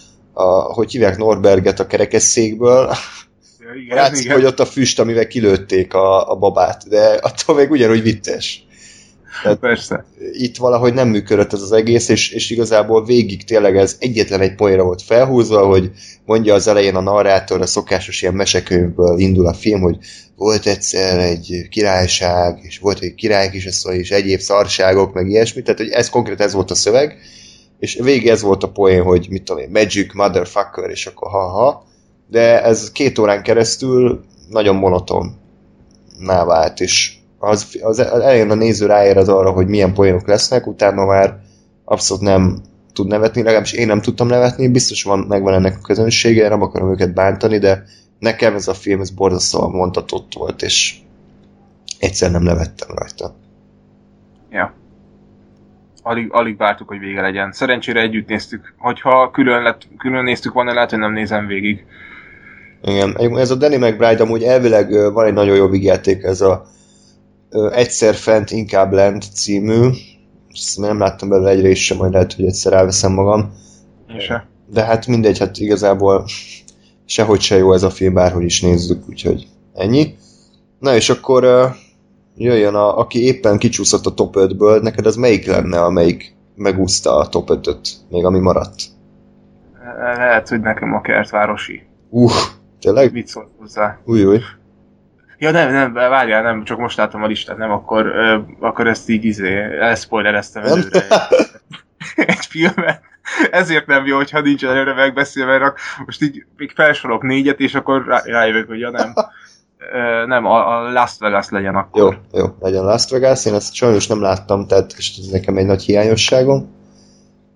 hogy hívják Norberget a kerekesszékből, ja, látszik, hogy ott a füst, amivel kilőtték a babát, de attól még ugyanúgy vicces. Persze. Itt valahogy nem működött ez az egész, és igazából végig tényleg ez egyetlen egy poénra volt felhúzva, hogy mondja az elején a narrátor, a szokásos ilyen mesekönyvből indul a film, hogy volt egyszer egy királyság, és volt egy királykisasszony, és egyéb szarságok, meg ilyesmi, tehát hogy ez volt a szöveg, és végig ez volt a poén, hogy mit tudom én, magic motherfucker, és akkor ha-ha, de ez 2 órán keresztül nagyon monotonná vált, és az elején a néző ráérez arra, hogy milyen poénok lesznek, utána már abszolút nem tud nevetni, legalábbis én nem tudtam nevetni, biztos megvan ennek a közönsége, nem akarom őket bántani, de nekem ez a film, ez borzasztóan vontatott volt, és egyszer nem nevettem rajta. Ja. Alig vártuk, hogy vége legyen. Szerencsére együtt néztük. Hogyha külön néztük volna, lehet, hogy nem nézem végig. Igen, ez a Danny McBride amúgy elvileg van egy nagyon jó vígjáték, ez a Egyszer fent, inkább lent című. Ezt nem láttam belőle egy részt sem, majd lehet, hogy egyszer elveszem magam. De hát mindegy, hát igazából sehogy se jó ez a film, bárhogy is nézzük, úgyhogy ennyi. Na és akkor jöjjön aki éppen kicsúszott a top 5-ből, neked az melyik lenne, amelyik megúszta a top 5-öt, még ami maradt? Lehet, hogy nekem a Kertvárosi. Tényleg? Mit szólt hozzá? Új. Ja nem, várjál, nem, csak most látom a listát, nem, akkor ezt így elszpoilereztem előre egy filmet. Ezért nem jó, hogyha nincs előre megbeszélve, mert most így még felsorolok 4-et, és akkor rájövök, hogy ja nem. Nem, a Las Vegas legyen akkor. Jó, legyen Las Vegas, én ezt sajnos nem láttam, tehát és ez nekem egy nagy hiányosságom.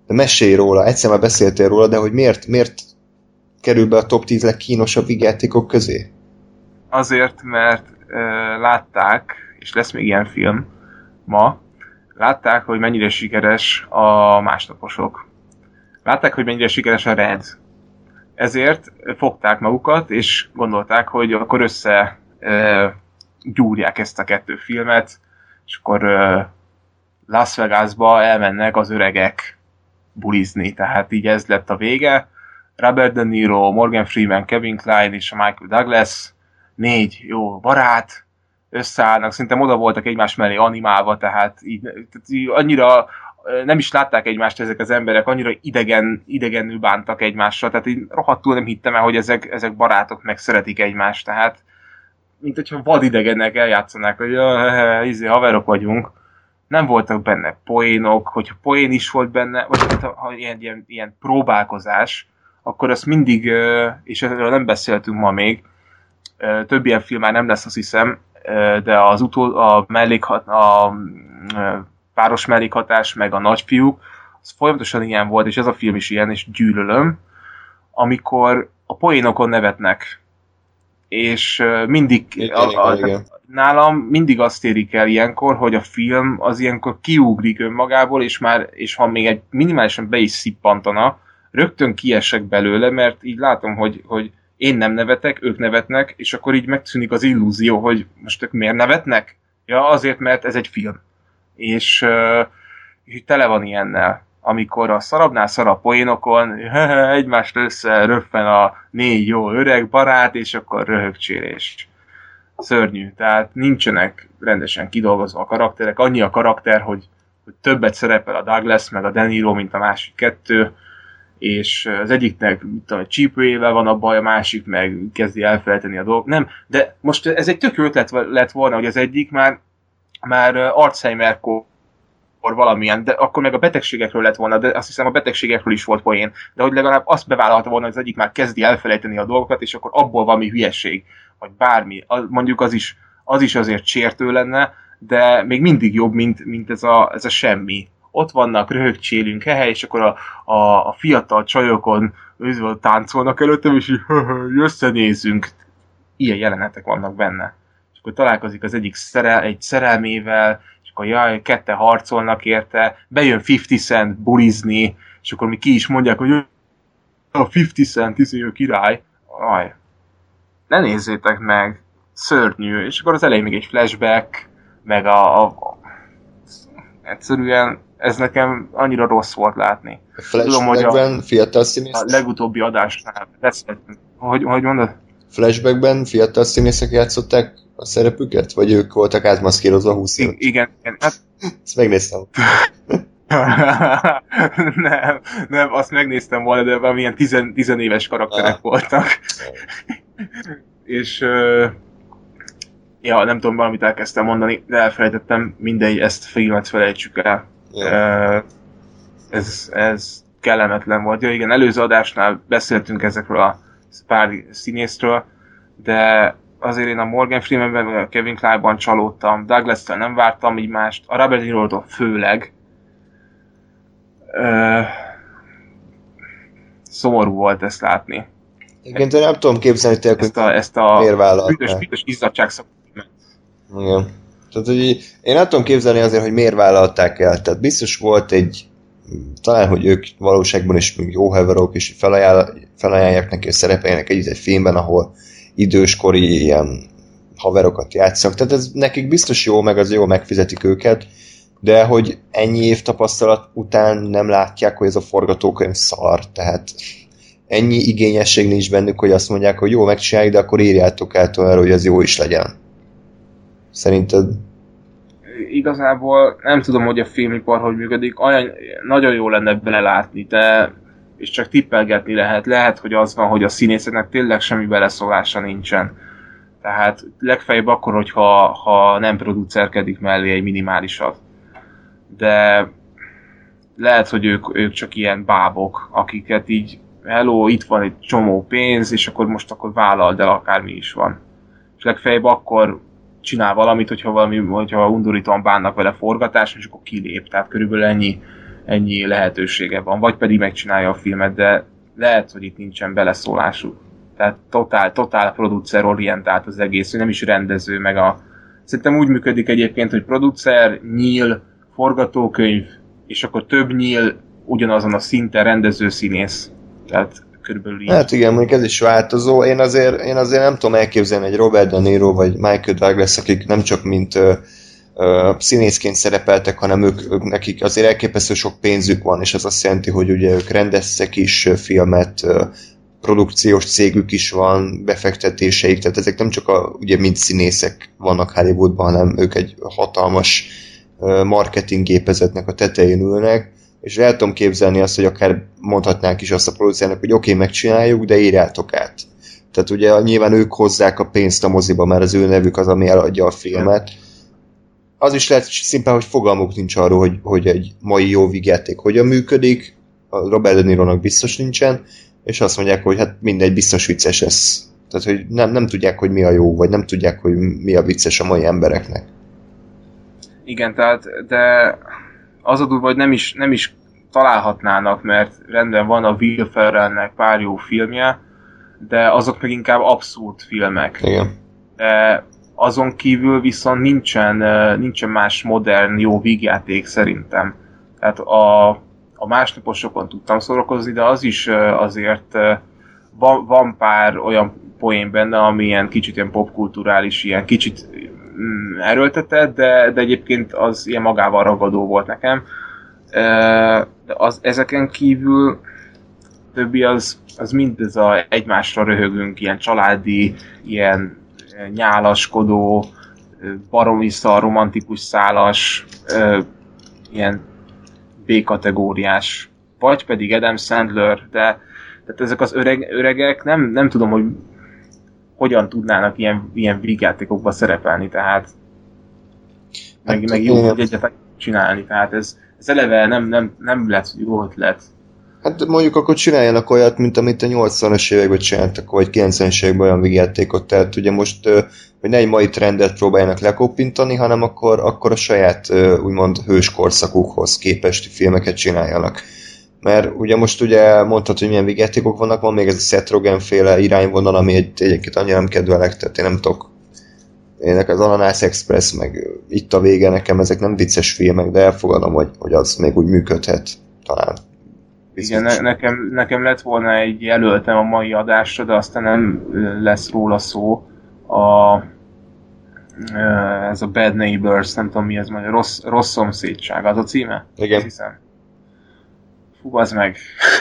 De mesélj róla, egyszer már beszéltél róla, de hogy miért kerül be a top 10 legkínosabb vígjátékok közé? Azért, mert látták, és lesz még ilyen film ma, látták, hogy mennyire sikeres a másnaposok. Látták, hogy mennyire sikeres a Red. Ezért fogták magukat, és gondolták, hogy akkor össze gyúrják ezt a kettő filmet, és akkor Las Vegasba elmennek az öregek bulizni. Tehát így ez lett a vége. Robert De Niro, Morgan Freeman, Kevin Kline és a Michael Douglas, 4 jó barát, összeállnak, szerintem oda voltak egymás mellé animálva, tehát így annyira nem is látták egymást ezek az emberek, annyira idegenül bántak egymással, tehát így rohadtul nem hittem el, hogy ezek barátok meg szeretik egymást, tehát mint hogyha vadidegenek eljátszanák, hogy haverok vagyunk. Nem voltak benne poénok, hogyha poén is volt benne, vagy ha ilyen próbálkozás, akkor azt mindig, és erről nem beszéltünk ma még, több ilyen film már nem lesz, azt hiszem, de a páros mellékhatás, meg a nagyfiúk, az folyamatosan ilyen volt, és ez a film is ilyen, és gyűlölöm, amikor a poénokon nevetnek. És mindig, igen. nálam mindig azt érik el ilyenkor, hogy a film az ilyenkor kiugrik önmagából, és ha még egy minimálisan be is szippantana, rögtön kiesek belőle, mert így látom, hogy én nem nevetek, ők nevetnek, és akkor így megszűnik az illúzió, hogy most ők miért nevetnek? Ja, azért, mert ez egy film. És tele van ilyennel. Amikor a szarabbnál szarabb poénokon egymást összeröffen a 4 jó öreg barát, és akkor röhögcsélés. Szörnyű. Tehát nincsenek rendesen kidolgozva a karakterek. Annyi a karakter, hogy többet szerepel a Douglas, meg a De Niro, mint a másik kettő, és az egyiknek egy csípőjével van a baj, a másik meg kezdi elfelejteni a dolgot. Nem, de most ez egy tök ötlet lett volna, hogy az egyik már Alzheimer-kor valamilyen, de akkor meg a betegségekről lett volna, de azt hiszem a betegségekről is volt poén, de hogy legalább azt bevállalta volna, hogy az egyik már kezdi elfelejteni a dolgokat, és akkor abból valami hülyeség, vagy bármi. Mondjuk az is azért sértő lenne, de még mindig jobb, mint ez a semmi. Ott vannak, röhögcsélünk, és akkor a fiatal csajokon táncolnak előttem, és így összenézünk. Ilyen jelenetek vannak benne. És akkor találkozik az egyik egy szerelmével, és akkor jaj, ketten harcolnak érte, bejön 50 Cent bulizni, és akkor mi ki is mondják, hogy a 50 Cent, ő király. Aj, ne nézzétek meg, szörnyű. És akkor az elején még egy flashback, meg egyszerűen ez nekem annyira rossz volt látni. A flashbackben fiatal színészek? A legutóbbi adásnál beszéltünk. Hogy mondod? Flashbackben fiatal színészek játszották a szerepüket? Vagy ők voltak átmaszkírozva 20 évet? Igen. Hát... Ezt megnéztem. nem, azt megnéztem volna, de valamilyen 10 éves karakterek voltak. És nem tudom, valamit elkezdtem mondani, de elfelejtettem, mindegy, ezt a filmet felejtsük el. Ez kellemetlen volt. Ja, igen, előző adásnál beszéltünk ezekről a pár színészről, de azért én a Morgan Freemanben, a Kevin Kline-ban csalódtam, Douglas-tel nem vártam így mást, a Robert De Niro-tól főleg. Szomorú volt ezt látni. Igen, de nem tudom képzelni tényleg, hogy ezt a miért vállalták. Büdös izzadság szakot. Igen. Tehát, hogy én nem tudom képzelni azért, hogy miért vállalták el. Tehát biztos volt talán, hogy ők valóságban is jó haverok, és felajánlják neki, hogy szerepeljenek egy filmben, ahol időskori ilyen haverokat játszanak. Tehát ez nekik biztos jó, meg az jó, megfizetik őket, de hogy ennyi év tapasztalat után nem látják, hogy ez a forgatókönyv szar. Tehát ennyi igényesség nincs bennük, hogy azt mondják, hogy jó, megcsináljuk, de akkor írjátok át arra, hogy ez jó is legyen. Szerinted? Igazából nem tudom, hogy a filmipar hogy működik, olyan nagyon jó lenne belelátni, de és csak tippelgetni lehet. Lehet, hogy az van, hogy a színészeknek tényleg semmi beleszólása nincsen. Tehát legfeljebb akkor, hogyha nem producerkedik mellé egy minimálisat. De lehet, hogy ők csak ilyen bábok, akiket így hello, itt van egy csomó pénz, és akkor vállald el akármi is van. És legfeljebb akkor csinál valamit, hogyha undorítóan bánnak vele forgatás, és akkor kilép. Tehát körülbelül ennyi lehetősége van, vagy pedig megcsinálja a filmet, de lehet, hogy itt nincsen beleszólásuk. Tehát totál producer orientált az egész, nem is rendező, meg szerintem úgy működik egyébként, hogy producer, nyíl, forgatókönyv, és akkor több nyíl ugyanazon a szinten rendező, színész. Tehát körülbelül így. Hát igen, mondjuk ez is változó. Én azért nem tudom elképzelni egy Robert De Niro vagy Michael Douglas, akik nem csak mint színészként szerepeltek, hanem ők nekik azért elképesztő sok pénzük van, és ez azt jelenti, hogy ugye ők rendeztek is filmet, produkciós cégük is van, befektetéseik, tehát ezek nem csak ugye mint színészek vannak Hollywoodban, hanem ők egy hatalmas marketing gépezetnek a tetején ülnek, és el tudom képzelni azt, hogy akár mondhatnánk is azt a producernek, hogy oké, megcsináljuk, de írjátok át. Tehát ugye nyilván ők hozzák a pénzt a moziba, mert az ő nevük az, ami eladja a filmet. Az is lehet szimplán, hogy fogalmuk nincs arról, hogy egy mai jó vígjáték hogyan működik, a Robert De Nironak biztos nincsen, és azt mondják, hogy hát mindegy, biztos vicces ez. Tehát, hogy nem tudják, hogy mi a jó, vagy nem tudják, hogy mi a vicces a mai embereknek. Igen, tehát, de az a durva, hogy nem is találhatnának, mert rendben van a Will Ferrellnek pár jó filmje, de azok meg inkább abszurd filmek. Igen. De azon kívül viszont nincsen más modern jó vígjáték szerintem. Tehát a másnaposokon tudtam szórakozni, de az is azért van pár olyan poén benne, ami ilyen kicsit ilyen popkulturális, ilyen kicsit erőltetett, de egyébként az ilyen magával ragadó volt nekem. De ezeken kívül többi az mind ez egymásra röhögünk, ilyen családi, ilyen nyálaskodó, baromi szar, romantikus szálas, ilyen B-kategóriás, vagy pedig Adam Sandler, de tehát ezek az öregek nem tudom, hogy hogyan tudnának ilyen vígjátékokba szerepelni, tehát meg jó, hogy egyet csinálni, tehát ez eleve nem lett jó ötlet. Hát mondjuk akkor csináljanak olyat, mint amit a 80-as években csináltak, vagy 90-es években olyan vígjátékot, tehát ugye most, hogy ne egy mai trendet próbáljanak lekoppintani, hanem akkor a saját, úgymond hőskorszakukhoz képesti filmeket csináljanak. Mert ugye most mondhatod, hogy milyen vígjátékok vannak, van még ez a Seth Rogen féle irányvonal, ami egyébként annyira nem kedvelek, tehát én nem tudok. Ének az Ananász Express, meg Itt a vége, nekem ezek nem vicces filmek, de elfogadom, hogy az még úgy működhet talán. Igen, nekem lett volna egy jelöltem a mai adásra, de aztán nem lesz róla szó. Ez a Bad Neighbors, nem tudom mi ez majd, rossz szomszédság, az a címe? Igen. Hiszem. Fú, az meg.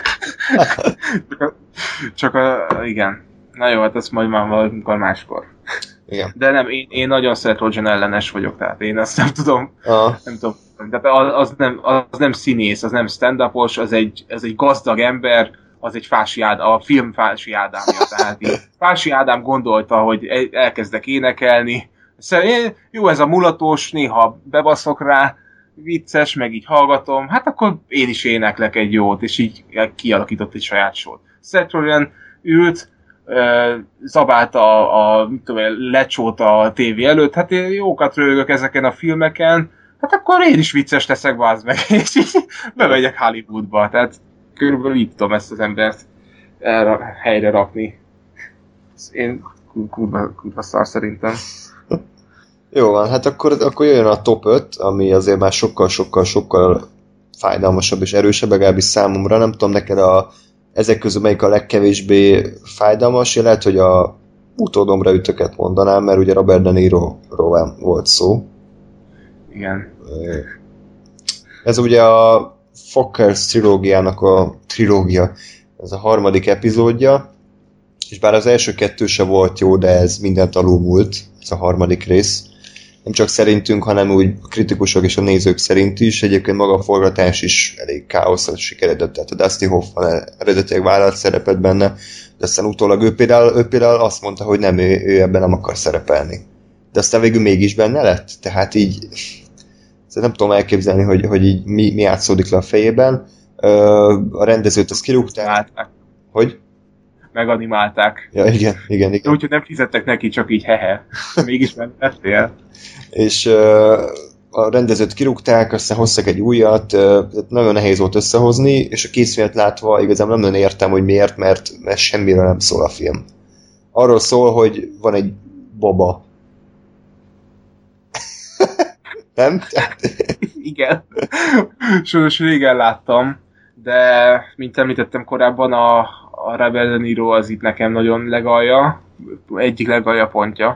Igen. Na jó, hát ezt majd már valamikor máskor. Igen. De nem, én nagyon Seth Rogen ellenes vagyok, tehát én azt nem tudom. Nem tudom. De az nem színész, az nem stand-upos, ez egy gazdag ember, az egy a film Fási Ádámja. Tehát így Fási Ádám gondolta, hogy elkezdek énekelni. Jó, ez a mulatós, néha bebaszok rá, vicces, meg így hallgatom, hát akkor én is éneklek egy jót, és így kialakított egy saját sót. Seth Rogen ült, zabálta a lecsót a tévé előtt, hát én jókat röhögök ezeken a filmeken, hát akkor én is vicces leszek, bázd meg, és így bemegyek Hollywoodba, tehát körülbelül így tudom ezt az embert helyre rakni. Én kurva szar szerintem. Jó van, hát akkor jöjjön a top 5, ami azért már sokkal fájdalmasabb és erősebb, legalábbis számomra. Nem tudom neked ezek közül melyik a legkevésbé fájdalmas. Én lehet, hogy a utódomra ütöket mondanám, mert ugye Robert De Niroról volt szó. Igen. Ez ugye a Fockers trilógiának a trilógia. Ez a harmadik epizódja, és bár az első kettő se volt jó, de ez mindent alulmúlt, ez a harmadik rész. Nem csak szerintünk, hanem úgy a kritikusok és a nézők szerint is. Egyébként maga a forgatás is elég káoszra sikeredett, tehát a Dustin Hoffman eredetileg vállalt szerepet benne, de aztán utólag ő például azt mondta, hogy nem, ő ebben nem akar szerepelni. De aztán végül mégis benne lett, tehát így nem tudom elképzelni, hogy így mi átszódik le a fejében. A rendezőt azt kirúgták. Hogy? Meganimálták. Ja, igen. Úgyhogy nem fizettek neki, csak így hehe. Mégis mentettél. És a rendezőt kirúgták, aztán hoztak egy újat, nagyon nehéz volt összehozni, és a készfilmet látva igazából nem nagyon értem, hogy miért, mert semmiről nem szól a film. Arról szól, hogy van egy baba. Nem? Igen. Sajnos régen láttam, de mint említettem korábban, a Robert De Niro az itt nekem nagyon legalja, egyik legalja pontja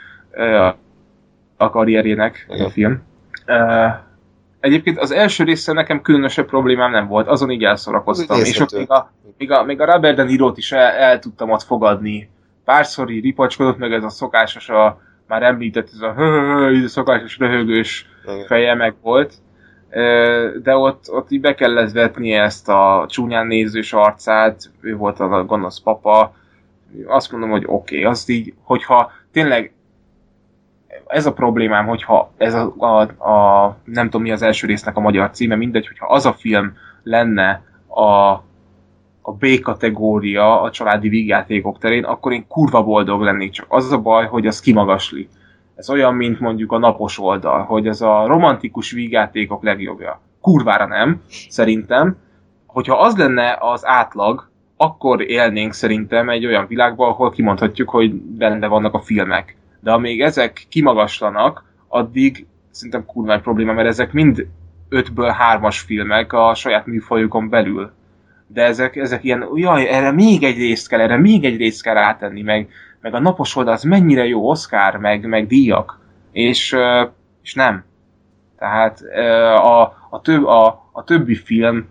a karrierjének a film. Egyébként az első része nekem különösebb problémám nem volt, azon így elszorakoztam, és ott még a Robert De Niro-t is el tudtam ott fogadni. Párszor így ripacskodott, meg ez a szokásos, már említett, ez a szokásos röhögős feje meg volt, de ott így be kellett vetni ezt a csúnyán nézős arcát, ő volt a gonosz papa, azt mondom, hogy oké, azt így, hogyha tényleg ez a problémám, hogyha ez a nem tudom mi az első résznek a magyar címe, mindegy, hogyha az a film lenne a B kategória a családi vígjátékok terén, akkor én kurva boldog lennék, csak az a baj, hogy az kimagasli. Ez olyan, mint mondjuk a napos oldal, hogy ez a romantikus vígjátékok legjobbja. Kurvára nem, szerintem. Hogyha az lenne az átlag, akkor élnénk szerintem egy olyan világban, ahol kimondhatjuk, hogy benne vannak a filmek. De amíg ezek kimagaslanak, addig szerintem kurva egy probléma, mert ezek mind 5-ből 3-as filmek a saját műfajukon belül. De ezek ilyen, jaj, erre még egy részt kell rátenni, meg a napos oldal, az mennyire jó, Oscar, meg díjak. És nem. Tehát a többi film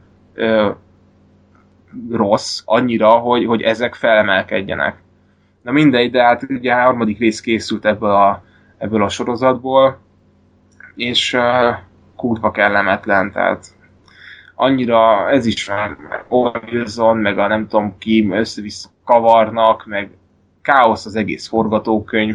rossz annyira, hogy ezek felemelkedjenek. Na mindegy, de hát ugye a harmadik rész készült ebből a sorozatból, és kurva kellemetlen, tehát annyira ez is Wilson, meg a nem tudom ki, össze-vissza kavarnak, meg káosz az egész forgatókönyv.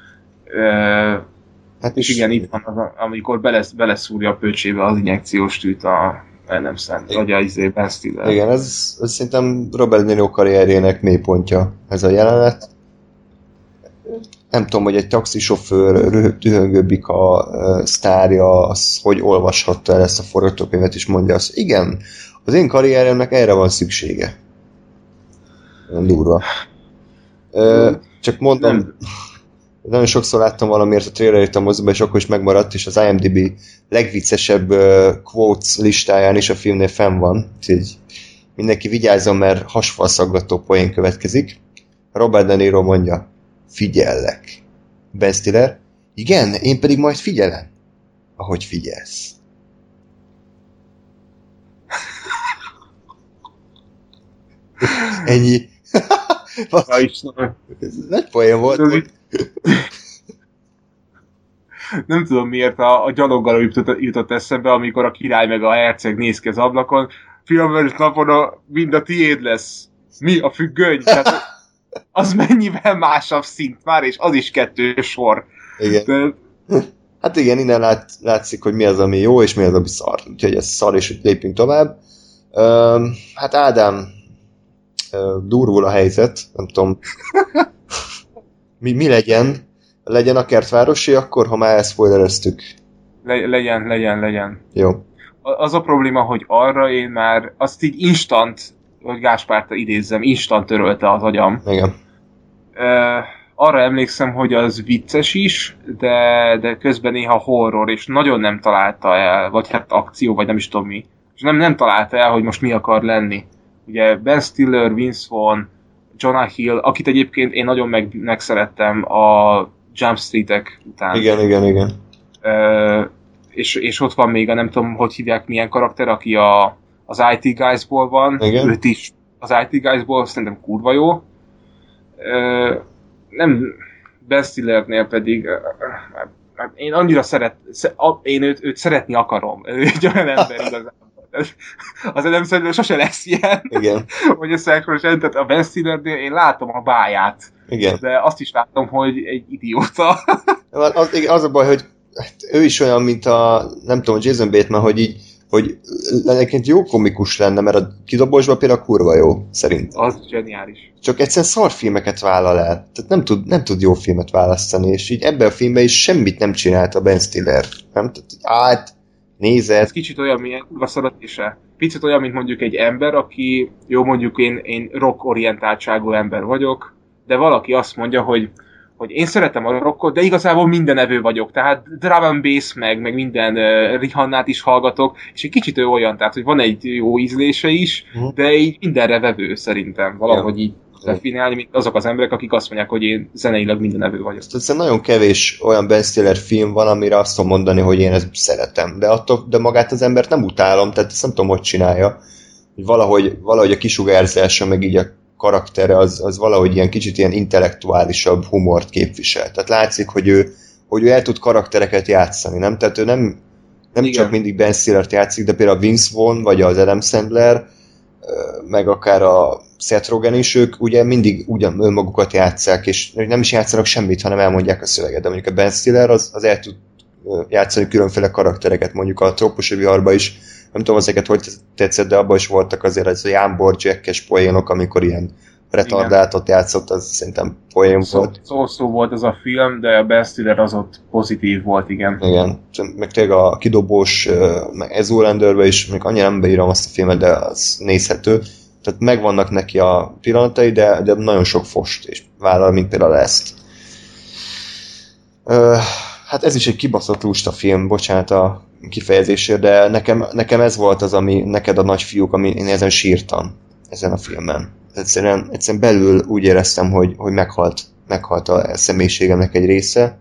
Hát és igen, itt van az, amikor beleszúrja a pöcsébe az injekciós tűt a nem szent, vagy a Ben Stiller. Igen, ez szerintem Robert De Niro karrierjének mélypontja ez a jelenet. Nem tudom, hogy egy taxisofőr, dühöngőbbik a sztárja, az hogy olvashatta el ezt a forgatókönyvet, és mondja azt, igen, az én karrieremnek erre van szüksége. Nagyon durva. Csak mondom, nagyon sokszor láttam valamiért a trailerét a moziba, és akkor is megmaradt, és az IMDb legviccesebb quotes listáján is a filmnél fenn van. Úgyhogy mindenki vigyázzon, mert hasfalszaggató poén következik. Robert De Niro mondja, figyellek. Ben Stiller, igen, én pedig majd figyelem, ahogy figyelsz. Ennyi. Ez nagy poén volt. Nem tudom miért a gyaloggal jutott eszembe, amikor a király meg a herceg néz ki az ablakon. Filmes napon mind a tiéd lesz. Mi? A függöny? Tehát az mennyivel másabb szint már, és az is 2 sor. Igen. De... Hát igen, innen látszik, hogy mi az, ami jó, és mi az, ami szar. Úgyhogy ez szar, és lépjünk tovább. Hát Ádám, durvul a helyzet, nem tudom. Mi legyen? Legyen a kertvárosi akkor, ha már elszpoilereztük? Legyen. Jó. Az a probléma, hogy arra én már azt így instant, hogy Gáspárt idézzem, instant törölte az agyam. Igen. Arra emlékszem, hogy az vicces is, de közben néha horror, és nagyon nem találta el, vagy hát akció, vagy nem is tudom mi. És nem találta el, hogy most mi akar lenni. Ugye Ben Stiller, Vince Vaughn, Jonah Hill, akit egyébként én nagyon megszerettem a Jump Street-ek után. Igen. És ott van még a nem tudom, hogy hívják, milyen karakter, aki az IT Guys-ból van. Igen. Őt is az IT Guys-ból szerintem kurva jó. Nem Ben Stillernél pedig én annyira én őt szeretni akarom. Ő egy olyan ember igazából. Azért nem szerintem sose lesz ilyen. Igen. Hogy a sexuális tehát a Ben Stillernél én látom a báját. Igen. De azt is látom, hogy egy idióta. Az a baj, hogy ő is olyan, mint nem tudom, Jason Bateman, hogy így hogy egyébként jó komikus lenne, mert a kidobósban például kurva jó, szerintem. Az zseniális. Csak egyszerűen szar filmeket vállal el. Tehát nem tud jó filmet választani, és így ebben a filmben is semmit nem csinált a Ben Stiller. Nem? Tehát nézed. Ez kicsit olyan, milyen kurva szaratése. Picit olyan, mint mondjuk egy ember, aki, jó mondjuk én rock-orientáltságú ember vagyok, de valaki azt mondja, hogy én szeretem a rockot, de igazából mindenevő vagyok, tehát drum and bass meg minden Rihannát is hallgatok, és egy kicsit ő olyan, tehát hogy van egy jó ízlése is, de így mindenre vevő szerintem, valahogy így definiálni, mint azok az emberek, akik azt mondják, hogy én zeneileg mindenevő vagyok. Tehát nagyon kevés olyan Ben Stiller film van, amire azt tudom mondani, hogy én ezt szeretem, de magát az embert nem utálom, tehát ezt nem tudom, hogy csinálja. Valahogy a kisugárzása, meg így a karaktere az valahogy ilyen kicsit ilyen intellektuálisabb humort képvisel. Tehát látszik, hogy ő el tud karaktereket játszani, nem? Tehát ő nem csak mindig Ben Stillert játszik, de például Vince Vaughn, vagy az Adam Sandler, meg akár a Seth Rogen is, ők ugye mindig ugyan önmagukat játsszák, és nem is játszanak semmit, hanem elmondják a szöveget. De mondjuk a Ben Stiller az el tud játszani különféle karaktereket, mondjuk a Trópusi viharban is, nem tudom ezeket, hogy tetszett, de abban is voltak azért ez a Jámbor Jack-es poénok, amikor ilyen retardátot játszott, az szerintem poén volt. Szó volt ez a film, de a Ben Stiller az ott pozitív volt, igen. Igen, meg tényleg a kidobós, meg Zoolander-ben is, még annyira nem beírom azt a filmet, de az nézhető. Tehát megvannak neki a pillanatai, de nagyon sok fost, és vállal, mint például ezt. Hát ez is egy kibaszott lusta film, bocsánat a kifejezésért, de nekem ez volt az, ami neked a nagyfiúk, ami én ezen sírtam, ezen a filmen. Egyszerűen belül úgy éreztem, hogy meghalt a személyiségemnek egy része.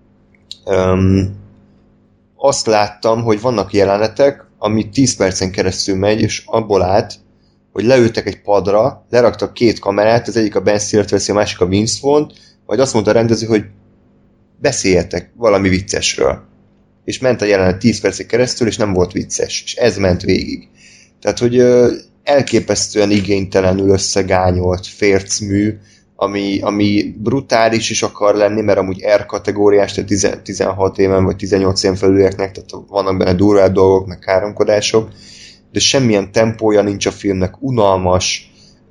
Azt láttam, hogy vannak jelenetek, ami 10 percen keresztül megy, és abból állt, hogy leültek egy padra, leraktak 2 kamerát, az egyik a Ben Stillert veszi, a másik a Vince Vaughn, majd azt mondta a rendező, hogy beszéljetek valami viccesről. És ment a jelenet 10 percig keresztül, és nem volt vicces. És ez ment végig. Tehát, hogy elképesztően igénytelenül összegányolt fércmű, ami brutális is akar lenni, mert amúgy R kategóriás, tehát 16 éven vagy 18 éven felülieknek, tehát vannak benne durvább dolgok, meg káromkodások, de semmilyen tempója nincs a filmnek, unalmas,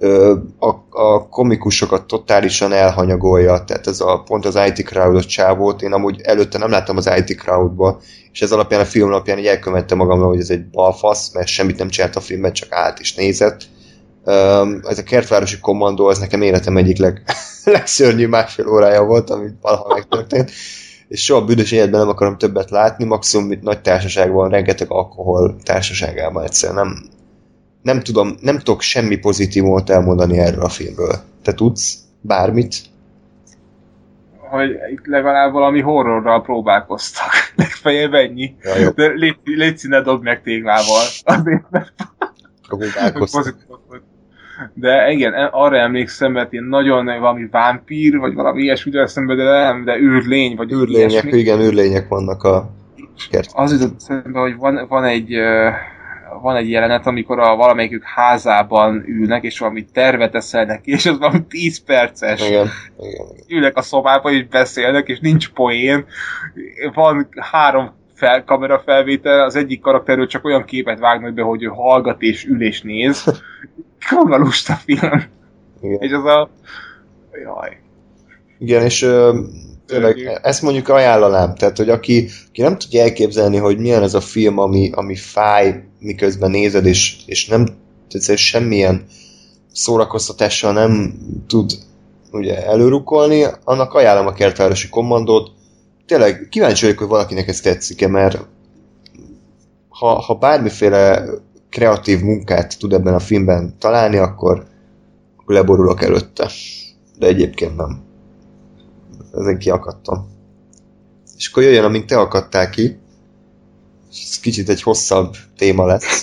a komikusokat totálisan elhanyagolja, tehát ez pont az IT Crowd-ot csávót, én amúgy előtte nem láttam az IT Crowd-ba, és ez alapján a film alapján így elkövettem magamra, hogy ez egy balfasz, mert semmit nem csinált a filmben, csak állt és nézett. Ez a Kertvárosi Kommandó, az nekem életem egyik legszörnyűbb másfél órája volt, amit valaha megtörtént, és soha büdös életben nem akarom többet látni, maximum nagy társaságban, rengeteg alkohol társaságában egyszerűen nem tudok semmi pozitívumot elmondani erről a filmről. Te tudsz bármit? Hogy itt legalább valami horrorral próbálkoztak. Legfeljebb ennyi. Ja, de légy színe dobd meg téglával. Azért próbálkoztak. De igen, arra emlékszem, mert én nagyon valami vámpír, vagy valami ilyesmit eszembe, de űrlény, vagy űrlények, ilyesmi. Igen, űrlények vannak a kert. Az jutott eszembe, hogy van egy jelenet, amikor valamelyikük házában ülnek, és valami tervet eszelnek ki, és az valami 10 perces. Igen. Ülnek a szobába, és beszélnek, és nincs poén. Van 3 kamerafelvétel, az egyik karakterről csak olyan képet vágnak be, hogy ő hallgat és ül és néz. Kurva lusta film. Igen. És az a... Jaj. Igen, és tényleg, ezt mondjuk ajánlanám, tehát, hogy aki nem tudja elképzelni, hogy milyen ez a film, ami fáj, miközben nézed, és nem semmilyen szórakoztatással nem tud ugye előrukolni, annak ajánlom a Kertvárosi Kommandót. Tényleg kíváncsi vagyok, hogy valakinek ez tetszik-e, mert ha bármiféle kreatív munkát tud ebben a filmben találni, akkor leborulok előtte. De egyébként nem. Ezen kiakadtam. És akkor jöjjön, amint te akadtál ki, ez kicsit egy hosszabb téma lesz.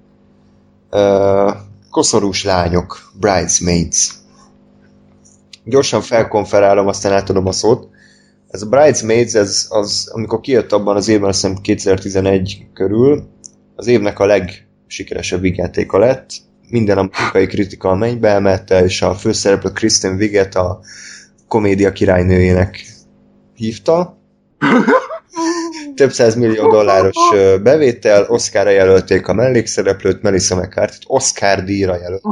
Koszorús lányok, Bridesmaids. Gyorsan felkonferálom, aztán átadom a szót. Ez a Bridesmaids, az amikor kijött abban az évben, azt hiszem 2011 körül, az évnek a legsikeresebb vígjátéka lett. Minden a munkai kritika a mennybe emelte, és a főszereplő Kristen Wiig a komédia királynőjének hívta. több $100 millió bevétel, Oscarra jelölték a mellékszereplőt, Melissa McCarthy-t, Oscar díjra jelölt.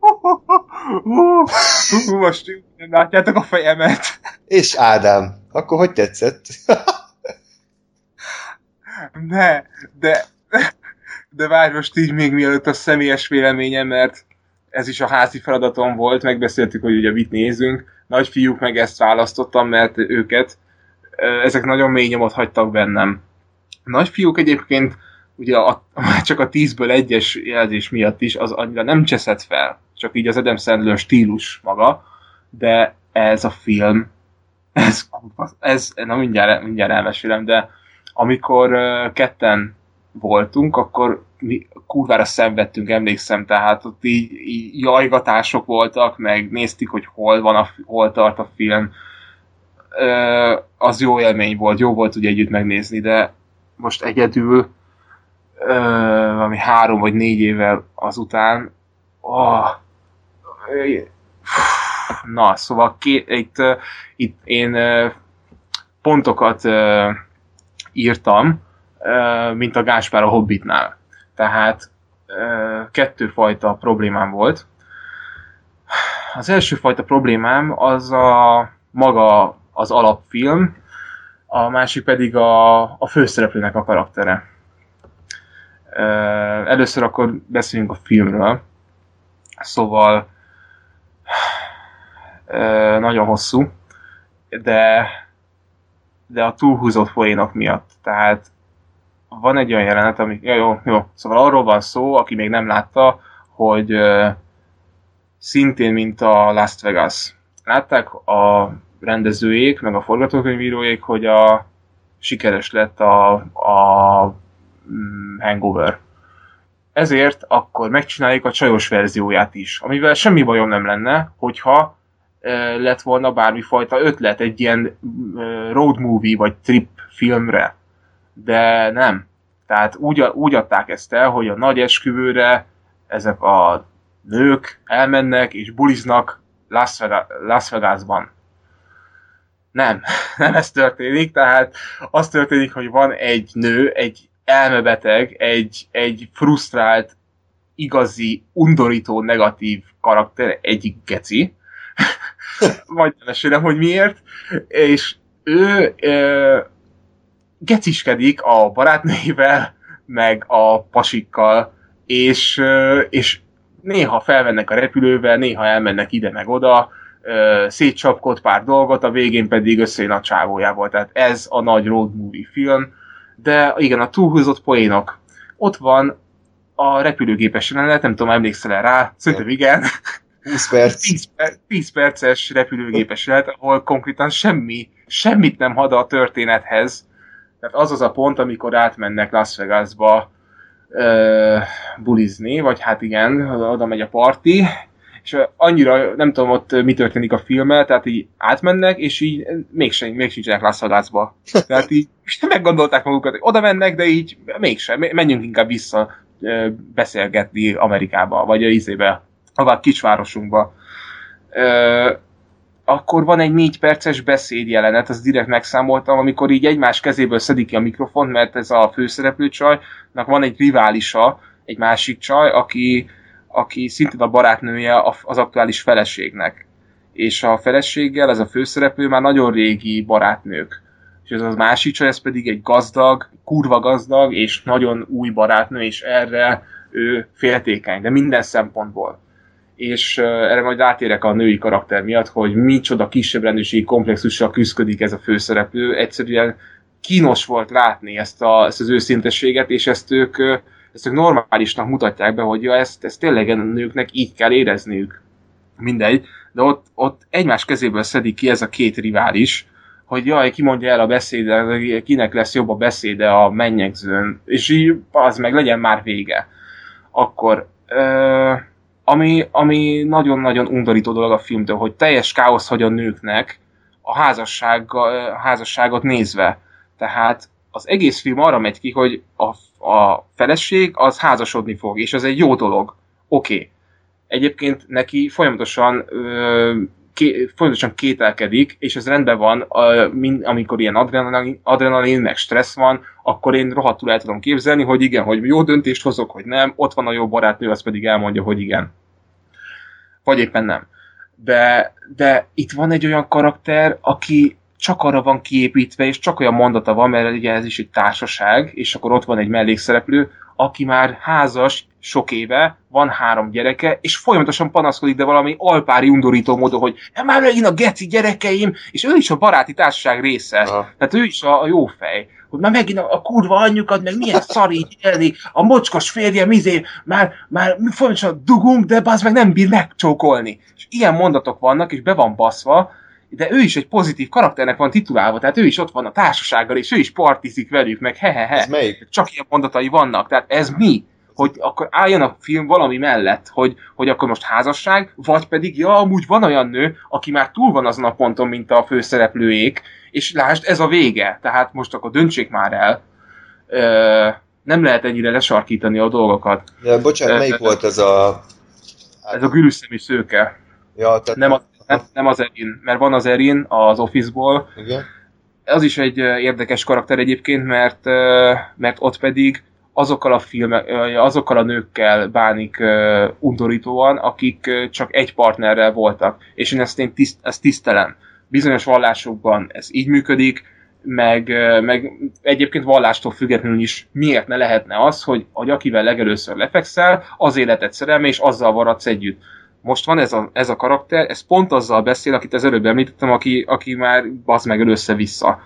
Most nem látjátok a fejemet. És Ádám, akkor hogy tetszett? De várj most így még mielőtt a személyes véleményem, mert ez is a házi feladatom volt, megbeszéltük, hogy ugye mit nézünk. Nagyfiúk meg ezt választottam, mert ezek nagyon mély nyomot hagytak bennem. A nagyfiúk egyébként ugye csak a 10-ből 1-es jelzés miatt is az annyira nem cseszett fel, csak így az Adam Sandler stílus maga, de ez a film, na mindjárt elmesélem, de amikor ketten voltunk, akkor mi kurvára szenvedtünk, emlékszem, tehát ott így jajgatások voltak, meg néztük, hogy hol tart a film. Az jó élmény volt, jó volt ugye együtt megnézni, de most egyedül valami 3 vagy 4 évvel azután na, szóval itt én pontokat írtam, mint a Gáspár a Hobbitnál. Tehát 2 fajta problémám volt. Az első fajta problémám az maga az alapfilm, a másik pedig a főszereplőnek a karaktere. Először akkor beszéljünk a filmről. Szóval nagyon hosszú, de a túlhúzott poénok miatt. Tehát van egy olyan jelenet, ami... Jó. Szóval arról van szó, aki még nem látta, hogy szintén, mint a Las Vegas. Látták a rendezőjék, meg a forgatókönyvírójék, hogy sikeres lett a Hangover. Ezért akkor megcsináljuk a csajos verzióját is, amivel semmi bajom nem lenne, hogyha lett volna bármifajta ötlet egy ilyen road movie vagy trip filmre. De nem. Tehát úgy adták ezt el, hogy a nagy esküvőre ezek a nők elmennek és buliznak Las Vegasban. Nem ez történik, tehát az történik, hogy van egy nő, egy elmebeteg, egy frusztrált, igazi, undorító, negatív karakter, egy geci, majd mesélem, hogy miért, és ő geciskedik a barátnőivel, meg a pasikkal, és néha felvennek a repülővel, néha elmennek ide meg oda, szétcsapkod pár dolgot, a végén pedig összejön a csávójával. Tehát ez a nagy road movie film. De igen, a túlhúzott poénok. Ott van a repülőgépes jelenet, nem tudom, emlékszel rá, szerintem igen. 20 perc. 10 perces repülőgépes jelenet, ahol konkrétan semmit nem had a történethez. Tehát az a pont, amikor átmennek Las Vegasba bulizni, vagy hát igen, oda megy a parti, és annyira nem tudom ott mi történik a filmmel, tehát így átmennek, és így még sincsenek Las Vegasba. Tehát így meggondolták magukat, hogy oda mennek, de így mégsem, menjünk inkább vissza beszélgetni Amerikába, vagy a izébe, a kisvárosunkba. Akkor van egy 4 perces beszédjelenet, azt direkt megszámoltam, amikor így egymás kezéből szedik ki a mikrofont, mert ez a főszereplő csajnak van egy riválisa, egy másik csaj, aki szintén a barátnője az aktuális feleségnek. És a feleséggel, ez a főszereplő már nagyon régi barátnők. És ez a másik csaj, ez pedig egy gazdag, kurva gazdag, és nagyon új barátnő, és erre ő féltékeny, de minden szempontból. És erre majd rátérek a női karakter miatt, hogy micsoda kisebbrendűségi komplexussal küszködik ez a főszereplő. Egyszerűen kínos volt látni ezt az őszintességet, és ezt ők normálisnak mutatják be, hogy ezt tényleg a nőknek így kell érezniük. Mindegy, de ott egymás kezéből szedik ki ez a 2 rivális, hogy jaj, ki mondja el a beszédet, kinek lesz jobb a beszéde a mennyegzőn, és így az meg legyen már vége. Akkor... Ami nagyon-nagyon undorító dolog a filmtől, hogy teljes káosz hagy a nőknek a házasságot nézve. Tehát az egész film arra megy ki, hogy a feleség az házasodni fog, és ez egy jó dolog. Oké. Egyébként neki folyamatosan folyamatosan kételkedik, és ez rendben van, amikor ilyen adrenalin, meg stressz van, akkor én rohadtul el tudom képzelni, hogy igen, hogy jó döntést hozok, hogy nem, ott van a jó barátnő, az pedig elmondja, hogy igen. Vagy éppen nem. De itt van egy olyan karakter, aki csak arra van kiépítve, és csak olyan mondata van, mert ugye ez is egy társaság, és akkor ott van egy mellékszereplő, aki már házas sok éve, van 3 gyereke, és folyamatosan panaszkodik, de valami alpári undorító módon, hogy már megint a geci gyerekeim, és ő is a baráti társaság része. Aha. Tehát ő is a jó fej. Hogy már megint a kurva anyjukat, meg milyen szar így élni, a mocskos férjem, már folyamatosan dugunk, de az meg nem bír megcsókolni. És ilyen mondatok vannak, és be van baszva, de ő is egy pozitív karakternek van titulálva, tehát ő is ott van a társasággal, és ő is partizik velük, meg hehehe. Ez melyik? Csak ilyen mondatai vannak, tehát ez mi? Hogy akkor álljon a film valami mellett, hogy akkor most házasság, vagy pedig, ja, amúgy van olyan nő, aki már túl van azon a ponton, mint a főszereplőjék, és lásd, ez a vége, tehát most akkor döntsék már el. Nem lehet ennyire lesarkítani a dolgokat. Ja, bocsánat, melyik volt ez a... Ez a gülüsszemű szőke. Ja, tehát... Nem az Erin, mert van az Erin az Office-ból. Igen. Az is egy érdekes karakter egyébként, mert ott pedig azokkal a nőkkel bánik undorítóan, akik csak egy partnerrel voltak. És én ezt tisztelem. Bizonyos vallásokban ez így működik, meg egyébként vallástól függetlenül is miért ne lehetne az, hogy akivel legelőször lefekszel, az életed szerelme, és azzal maradsz együtt. Most van ez a karakter, ez pont azzal beszél, akit az előbb említettem, aki már bazd meg össze-vissza.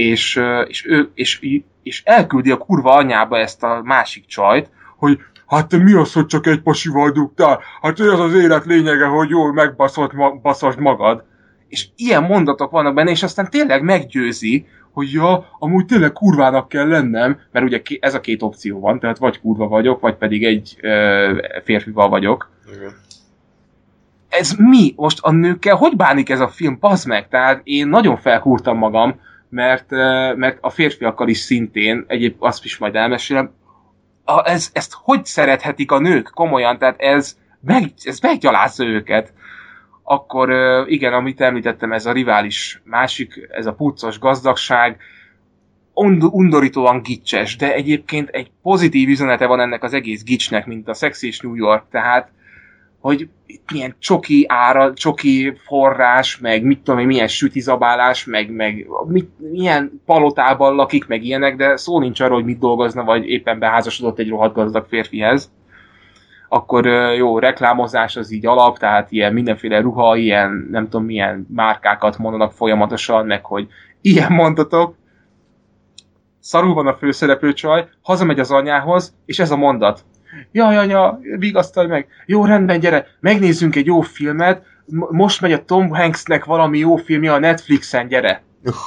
És elküldi a kurva anyába ezt a másik csajt, hogy hát te mi az, hogy csak egy pasival dugtál? Hát ez az élet lényege, hogy jól megbaszod magad. És ilyen mondatok vannak benne, és aztán tényleg meggyőzi, hogy ja, amúgy tényleg kurvának kell lennem, mert ugye ez a 2 opció van, tehát vagy kurva vagyok, vagy pedig egy férfival vagyok. Igen. Ez mi? Most a nőkkel hogy bánik ez a film? Pazd meg! Tehát én nagyon felkúrtam magam, mert a férfiakkal is szintén, egyébként azt is majd elmesélem, ezt hogy szerethetik a nők komolyan? Tehát ez meggyalázza őket. Akkor igen, amit említettem, ez a rivális másik, ez a puccos gazdagság, undorítóan gicses, de egyébként egy pozitív üzenete van ennek az egész gicsnek, mint a Sex és New York, tehát hogy milyen csoki forrás, meg mit tudom én, milyen sütizabálás, meg milyen palotában lakik, meg ilyenek, de szó nincs arról, hogy mit dolgozna, vagy éppen beházasodott egy rohadt gazdag férfihez. Akkor jó, reklámozás az így alap, tehát ilyen mindenféle ruha, ilyen nem tudom milyen márkákat mondanak folyamatosan, meg hogy ilyen mondatok. Szarul van a főszereplő csaj, hazamegy az anyához, és ez a mondat. Jaj, anya, vigasztalj meg. Jó, rendben, gyere, megnézzünk egy jó filmet. Most megy a Tom Hanksnek valami jó filmje a Netflixen, gyere.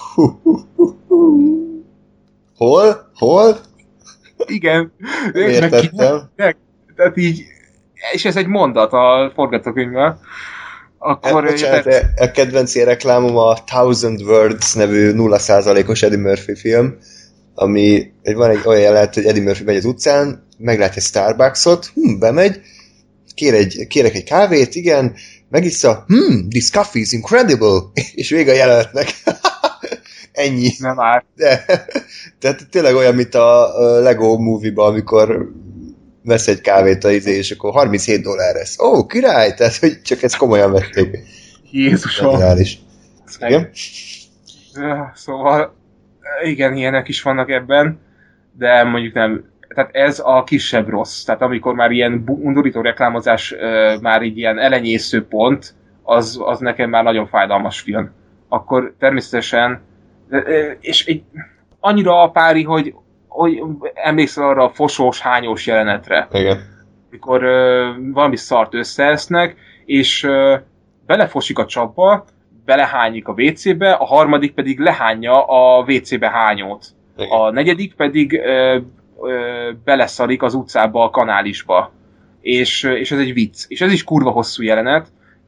Hol? Igen. Értettem. Tehát így, és ez egy mondat a forgatókönyvben. Akkor... Bocsánat, a kedvenc ilyen reklámom a Thousand Words nevű 0%-os Eddie Murphy film, ami van egy olyan jelenet, hogy Eddie Murphy megy az utcán, meglát egy Starbucksot, bemegy, kérek egy kávét, igen, megissza, this coffee is incredible, és vége a jelenetnek. Ennyi. Nem áll. De, tehát tényleg olyan, mint a Lego movie-ban, amikor vesz egy kávét és akkor $37 lesz. Ó, király! Tehát, hogy csak ezt komolyan vették. Jézusom! Igen? Szóval, igen, ilyenek is vannak ebben, de mondjuk nem. Tehát ez a kisebb rossz. Tehát amikor már ilyen undorító reklámozás már így ilyen elenyésző pont, az nekem már nagyon fájdalmas film. Akkor természetesen és annyira a pári, hogy emlékszel arra a fosós, hányós jelenetre. Igen. Mikor valami szart összeesznek, és belefosik a csapba, belehányik a WC-be, a harmadik pedig lehányja a WC-be hányót. Igen. A negyedik pedig beleszarik az utcába, a kanálisba. És ez egy vicc. És ez is kurva hosszú jelenet.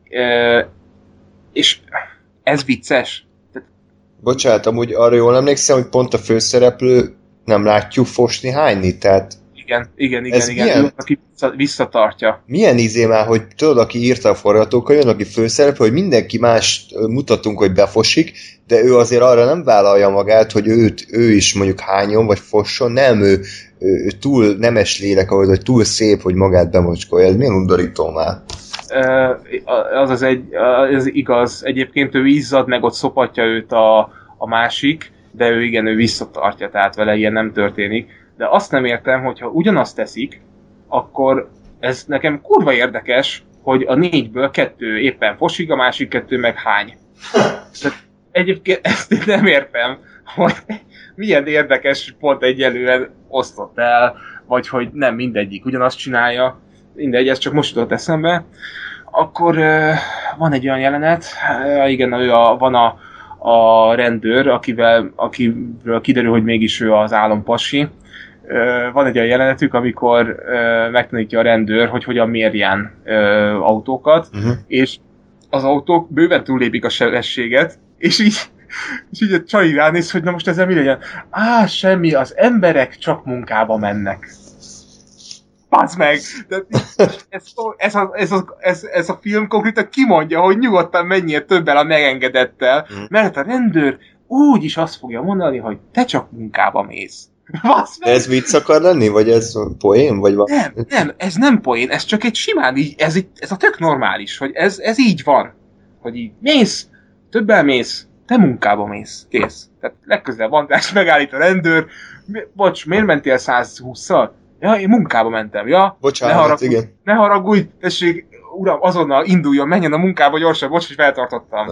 És ez vicces. Bocsánat, amúgy arra jól emlékszem, hogy pont a főszereplő nem látjuk fosni, hányni, tehát... Igen. Milyen? Ő, aki visszatartja. Milyen már, hogy tudod, aki írta a forgatókönyvön, aki főszereplő, hogy mindenki más mutatunk, hogy befosik, de ő azért arra nem vállalja magát, hogy ő is mondjuk hányom, vagy fosson, nem, ő túl nemes lélek ahhoz, hogy túl szép, hogy magát bemocskolja. Ez milyen undorító már? Ez igaz. Egyébként ő izzad, meg ott szopatja őt a másik, de ő visszatartja, tehát vele ilyen nem történik. De azt nem értem, hogyha ugyanazt teszik, akkor ez nekem kurva érdekes, hogy a 4-ből 2 éppen fosik, a másik 2 meg hány. Egyébként ezt én nem értem, hogy milyen érdekes pont egyelően osztott el, vagy hogy nem mindegyik ugyanazt csinálja. Mindegy, ez csak most jutott eszembe. Akkor van egy olyan jelenet, igen, van a rendőr, akiről kiderül, hogy mégis ő az álompasi. Van egy olyan jelenetük, amikor megtanítja a rendőr, hogy hogyan mérjen autókat, és az autók bőven túllépik a sebességet, és így a Csali ránéz, hogy na most ezzel mi legyen? Semmi, az emberek csak munkába mennek. Pazd meg! Ez a film konkrétan kimondja, hogy nyugodtan menjél többel a megengedettel, mert a rendőr úgy is azt fogja mondani, hogy te csak munkába mész. De ez vicc akar lenni? Vagy ez poén? Vagy nem, ez nem poén, ez csak egy simán így, ez a tök normális, hogy ez így van. Hogy így mész, többel mész, te munkába mész, kész. Tehát legközelebb András megállít a rendőr, bocs, miért mentél 120-szal? Ja, én munkába mentem, ja? Bocsánat, igen. Ne haragudj, tessék, uram, azonnal induljon, menjen a munkába gyorsan, bocs, hogy feltartottam.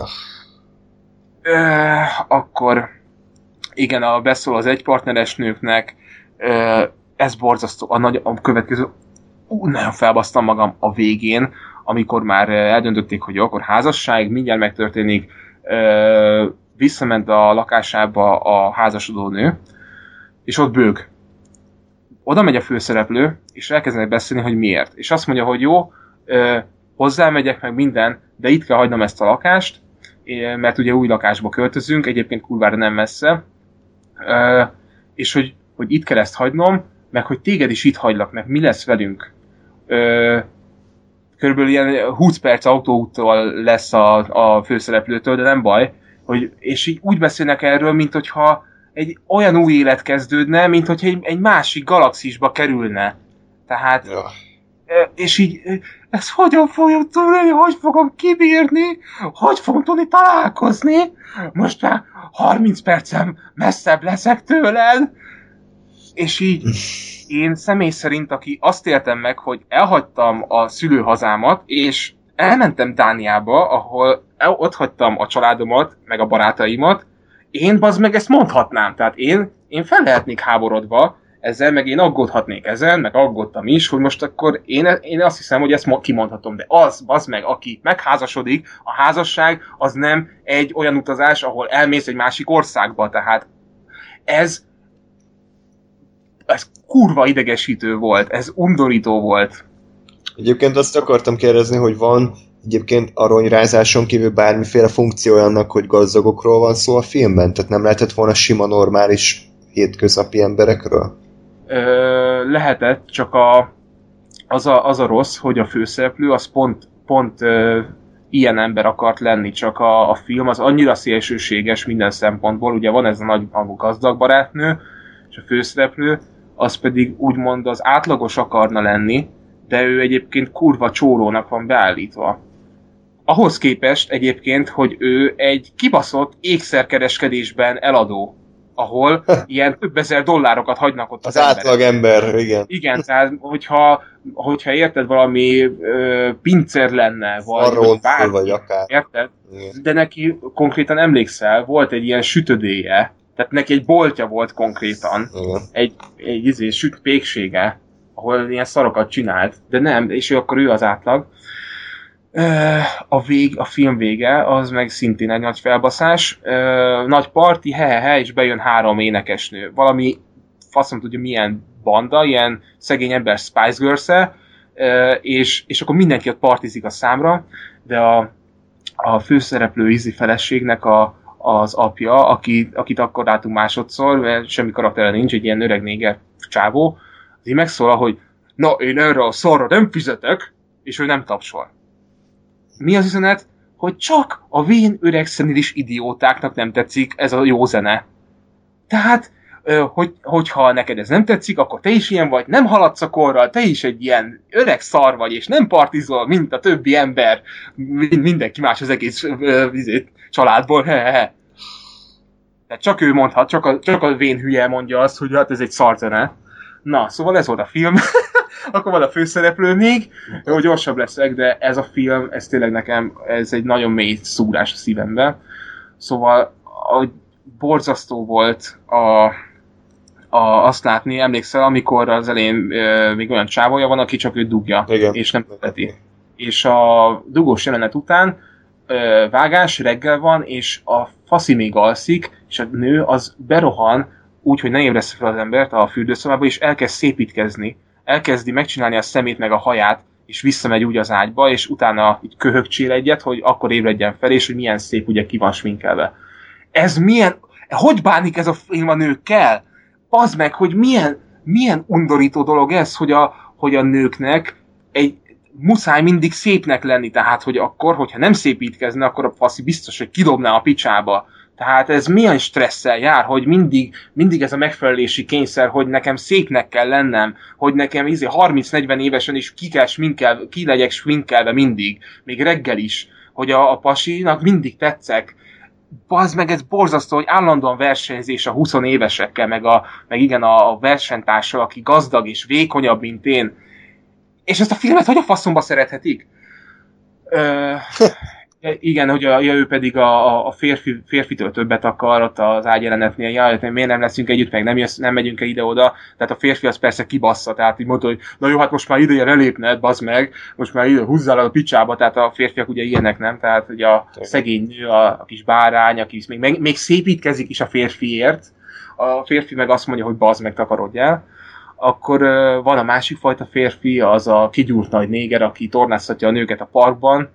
Akkor, igen, beszól az egypartneres nőknek, ez borzasztó, a következő, nagyon felbasztam magam a végén, amikor már eldöntötték, hogy jó, akkor házasság, mindjárt megtörténik, visszament a lakásába a házasodó nő, és ott bőg. Oda megy a főszereplő, és elkezdenek beszélni, hogy miért. És azt mondja, hogy jó, hozzámegyek meg minden, de itt kell hagynom ezt a lakást, mert ugye új lakásba költözünk, egyébként kurvára nem messze, és hogy itt kell ezt hagynom, meg hogy téged is itt hagylak, meg mi lesz velünk. Körülbelül ilyen 20 perc autóúttól lesz a főszereplőtől, de nem baj, és így úgy beszélnek erről, mint hogyha egy olyan új élet kezdődne, mint hogyha egy másik galaxisba kerülne. Tehát, és így, ez hogyan fogjuk tudni, hogy fogom kibírni, hogy fogom tudni találkozni, most már 30 percem messzebb leszek tőled, és így én személy szerint, aki azt éltem meg, hogy elhagytam a szülőhazámat, és elmentem Dániába, ahol ott hagytam a családomat, meg a barátaimat, én bazd meg ezt mondhatnám, tehát én fel lehetnék háborodva ezzel, meg én aggódhatnék ezen, meg aggódtam is, hogy most akkor én azt hiszem, hogy ezt kimondhatom, de az, bazd meg, aki megházasodik, a házasság az nem egy olyan utazás, ahol elmész egy másik országba, tehát ez kurva idegesítő volt, ez undorító volt. Egyébként azt akartam kérdezni, hogy van egyébként aranyrázáson kívül bármiféle funkció annak, hogy gazdagokról van szó a filmben? Tehát nem lehetett volna sima, normális, hétköznapi emberekről? Lehetett, csak az a rossz, hogy a főszereplő az pont ilyen ember akart lenni, csak a film az annyira szélsőséges minden szempontból, ugye van ez a nagy gazdag barátnő, és a főszereplő, az pedig úgymond az átlagos akarna lenni, de ő egyébként kurva csórónak van beállítva. Ahhoz képest egyébként, hogy ő egy kibaszott ékszerkereskedésben eladó, ahol ilyen több ezer dollárokat hagynak ott az emberek. Átlag ember, igen. Igen, tehát hogyha érted, valami pincér lenne, vagy bármi, vagy akár. Érted? Igen. De neki konkrétan emlékszel, volt egy ilyen sütödéje, tehát neki egy boltja volt konkrétan, igen. egy péksége, ahol ilyen szarokat csinált, de nem, és akkor ő az átlag. A film vége, az meg szintén egy nagy felbaszás. Nagy parti, és bejön 3 énekesnő. Valami, faszom tudja milyen banda, ilyen szegény ember Spice Girls-e, és akkor mindenki ott partizik a számra, de a főszereplő ízi feleségnek az apja, akit akkor látunk másodszor, mert semmi karaktere nincs, egy ilyen öreg néger csávó, így megszólal, hogy na, én erre a szarra nem fizetek, és ő nem tapsol. Mi az üzenet? Hogy csak a vén öreg szenilis idiótáknak nem tetszik ez a jó zene. Tehát, hogyha neked ez nem tetszik, akkor te is ilyen vagy, nem haladsz a korral, te is egy ilyen öreg szar vagy, és nem partizol, mint a többi ember, mindenki más az egész családból. Tehát csak ő mondhat, csak a vén hülye mondja azt, hogy hát ez egy szar zene. Na, szóval ez volt a film. Akkor van a főszereplő még. Jó, gyorsabb leszek, de ez a film, ez tényleg nekem, ez egy nagyon mély szúrás a szívembe. Szóval borzasztó volt azt látni, emlékszel, amikor az elején még olyan csávója van, aki csak őt dugja, igen, és nem követi. És a dugós jelenet után vágás, reggel van, és a faszi még alszik, és a nő az berohan úgy, hogy ne ébressze fel az embert a fürdőszobába, és elkezd szépítkezni. Elkezdi megcsinálni a szemét meg a haját, és visszamegy úgy az ágyba, és utána így köhögcsél egyet, hogy akkor ébredjen fel, és hogy milyen szép, ugye ki van sminkelve. Ez milyen... Hogy bánik ez a film a nőkkel? Bazd meg, hogy milyen undorító dolog ez, hogy a nőknek muszáj mindig szépnek lenni, tehát, hogy akkor, hogyha nem szépítkezne, akkor a faszi biztos, hogy kidobná a picsába. Tehát ez milyen stresszel jár, hogy mindig ez a megfelelési kényszer, hogy nekem szépnek kell lennem, hogy nekem 30-40 évesen is ki legyek sminkelve mindig, még reggel is, hogy a pasinak mindig tetszek. Bazd meg, ez borzasztó, hogy állandóan versenyzés a 20 évesekkel, meg igen a versenytársal, aki gazdag és vékonyabb, mint én. És ezt a filmet hogy a faszomba szerethetik? Igen, hogy ő pedig a férfitől többet akar ott az ágyelenetnél. Ja, miért nem leszünk együtt, meg nem megyünk el ide-oda. Tehát a férfi az persze kibassza, tehát így mondta, hogy na jó, hát most már ideje lelépned, bazd meg, most már ide húzzál a picsába, tehát a férfiak ugye ilyenek, nem? Tehát ugye a szegény nő, a kis bárány, aki még szépítkezik is a férfiért, a férfi meg azt mondja, hogy bazd meg, takarodjál. Akkor van a másik fajta férfi, az a kigyúrt nagy néger, aki tornáztatja a nőket a parkban,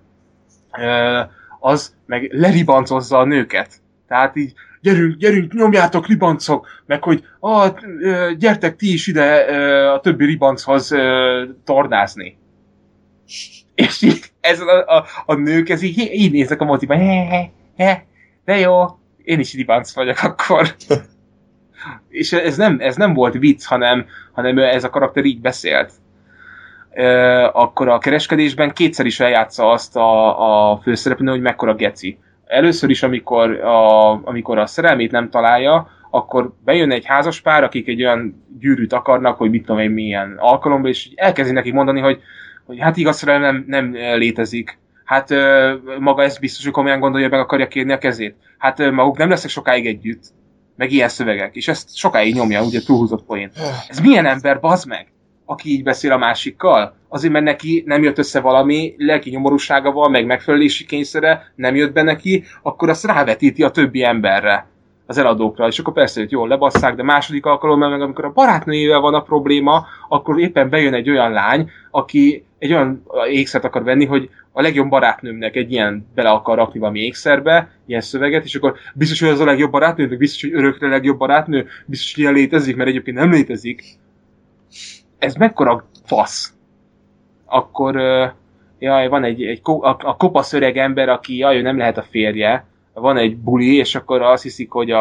az meg leribancozza a nőket. Tehát így, gyerünk, nyomjátok ribancok, meg hogy gyertek ti is ide a többi ribanchoz tornázni. És így, ez a nők, ez így néznek a moziban, de jó, én is ribanc vagyok akkor. És ez nem volt vicc, hanem ez a karakter így beszélt. Akkor a kereskedésben kétszer is eljátsza azt a főszereplő, hogy mekkora geci. Először is, amikor a szerelmét nem találja, akkor bejön egy házaspár, akik egy olyan gyűrűt akarnak, hogy mit tudom én milyen alkalomban, és elkezdi neki mondani, hogy hát igaz szerelem nem létezik. Hát maga ezt biztos, hogy komolyan gondolja, meg akarja kérni a kezét. Hát maguk nem lesznek sokáig együtt. Meg ilyen szövegek. És ezt sokáig nyomja, ugye túlhúzott poén. Ez milyen ember, bazd meg? Aki így beszél a másikkal, azért mert neki nem jött össze valami, lelki nyomorúsága van, meg megfelelési kényszere, nem jött be neki, akkor azt rávetíti a többi emberre, az eladókra, és akkor persze, hogy jól lebasszák, de második alkalommal meg amikor a barátnőjével van a probléma, akkor éppen bejön egy olyan lány, aki egy olyan ékszert akar venni, hogy a legjobb barátnőmnek egy ilyen bele akar rakni valami ékszerbe, ilyen szöveget, és akkor biztos, hogy az a legjobb barátnő, meg biztos, hogy örökre a legjobb barátnő, biztos, hogy ilyen létezik, mert egyébként nem létezik. Ez mekkora fasz. Akkor van a kopasz öreg ember, aki ő nem lehet a férje, van egy buli, és akkor azt hiszik, hogy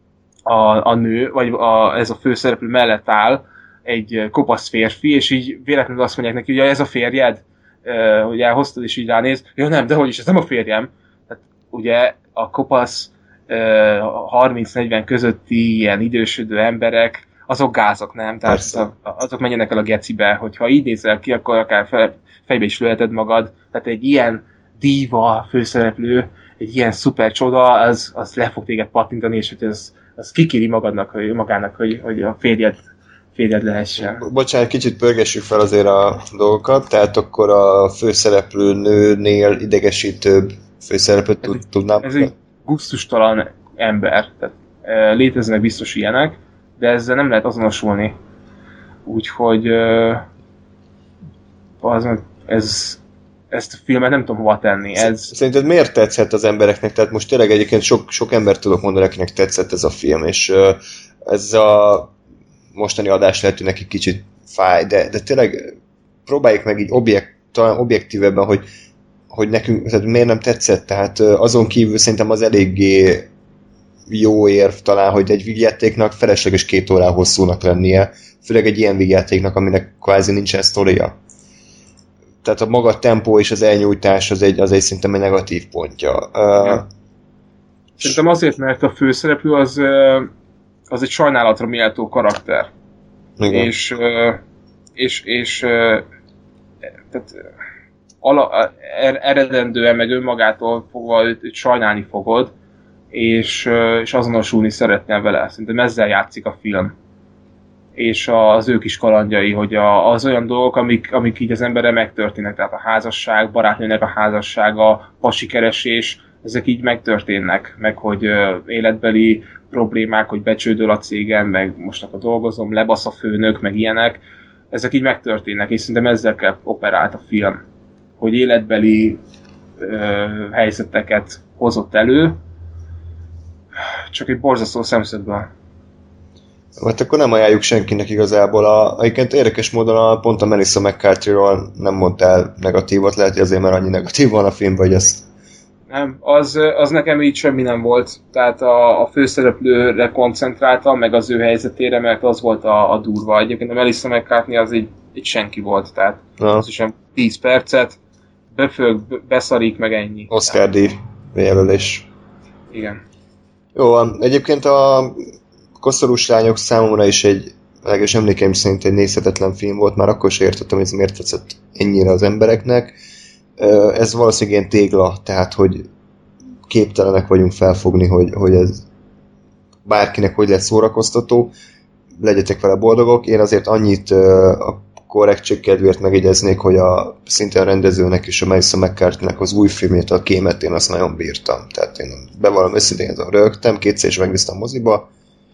a nő, vagy ez a főszereplő mellett áll egy kopasz férfi, és így véletlenül azt mondják neki, hogy ez a férjed, hogy elhoztad, és így ránéz, nem, de hogy is, ez nem a férjem. Tehát ugye a kopasz 30-40 közötti ilyen idősödő emberek, azok gázok, nem? Tehát azok menjenek el a gecibe, hogyha így nézel ki, akkor akár fejbe is lőheted magad. Tehát egy ilyen díva főszereplő, egy ilyen szuper csoda, az le fog téged pattintani, és hogy az kikéri magának, hogy a férjed lehessen. Bocsánat, kicsit pörgessük fel azért a dolgokat, tehát akkor a főszereplő nőnél idegesítőbb főszereplőt tudnám? Ez egy gusztustalan ember, tehát léteznek biztos ilyenek, de ezzel nem lehet azonosulni. Úgyhogy ezt a filmet nem tudom hova tenni. Szerinted miért tetszett az embereknek? Tehát most tényleg egyébként sok embert tudok mondani, akinek tetszett ez a film, és ez a mostani adás lehet, hogy neki kicsit fáj, de tényleg próbáljuk meg így talán objektívebben, hogy nekünk, tehát miért nem tetszett, tehát azon kívül szerintem az eléggé jó érv talán, hogy egy vígjátéknak felesleges 2 órá hosszúnak lennie, főleg egy ilyen vígjátéknak, aminek kvázi nincsen sztoria. Tehát a maga tempó és az elnyújtás az egy szerintem egy negatív pontja. Szerintem azért, mert a főszereplő az egy sajnálatra méltó karakter. Igen. És tehát eredendően meg önmagától fogva őt sajnálni fogod, és azonosulni szeretnél vele. Szerintem ezzel játszik a film. És az ő kis kalandjai, hogy az olyan dolgok, amik így az emberre megtörténnek, tehát a házasság, barátnőnek a házassága, pasikeresés, ezek így megtörténnek, meg hogy életbeli problémák, hogy becsődöl a cégem, meg most akkor dolgozom, lebasz a főnök, meg ilyenek, ezek így megtörténnek, és szerintem ezzel operált a film, hogy életbeli helyzeteket hozott elő, csak egy borzasztó szemszögből. Hát akkor nem ajánljuk senkinek igazából. Egyébként érdekes módon pont a Melissa McCarthy-ról nem mondtál negatívat, lehet, hogy azért, mert annyi negatív van a filmben, hogy ezt... Nem, az nekem így semmi nem volt. Tehát a főszereplőre koncentráltam, meg az ő helyzetére, mert az volt a durva. Egyébként a Melissa McCarthy az egy senki volt, tehát az is 10 percet, befög, beszarik, meg ennyi. Oscar-díj jelölés. Igen. Jó, egyébként a Koszorús lányok számomra is legalábbis emlékeim szerint egy nézhetetlen film volt, már akkor sem értettem, hogy ez miért tetszett ennyire az embereknek. Ez valószínűleg ilyen tégla, tehát hogy képtelenek vagyunk felfogni, hogy ez bárkinek hogy lesz szórakoztató, legyetek vele boldogok. Én azért annyit a korrektség kedvéért megjegyeznék, hogy szintén a rendezőnek és a Melissa McCarthy-nek az új filmjét, a Kémet, én azt nagyon bírtam. Tehát én bevallom őszintén, rögtem, 2-szer is megnéztem a moziba.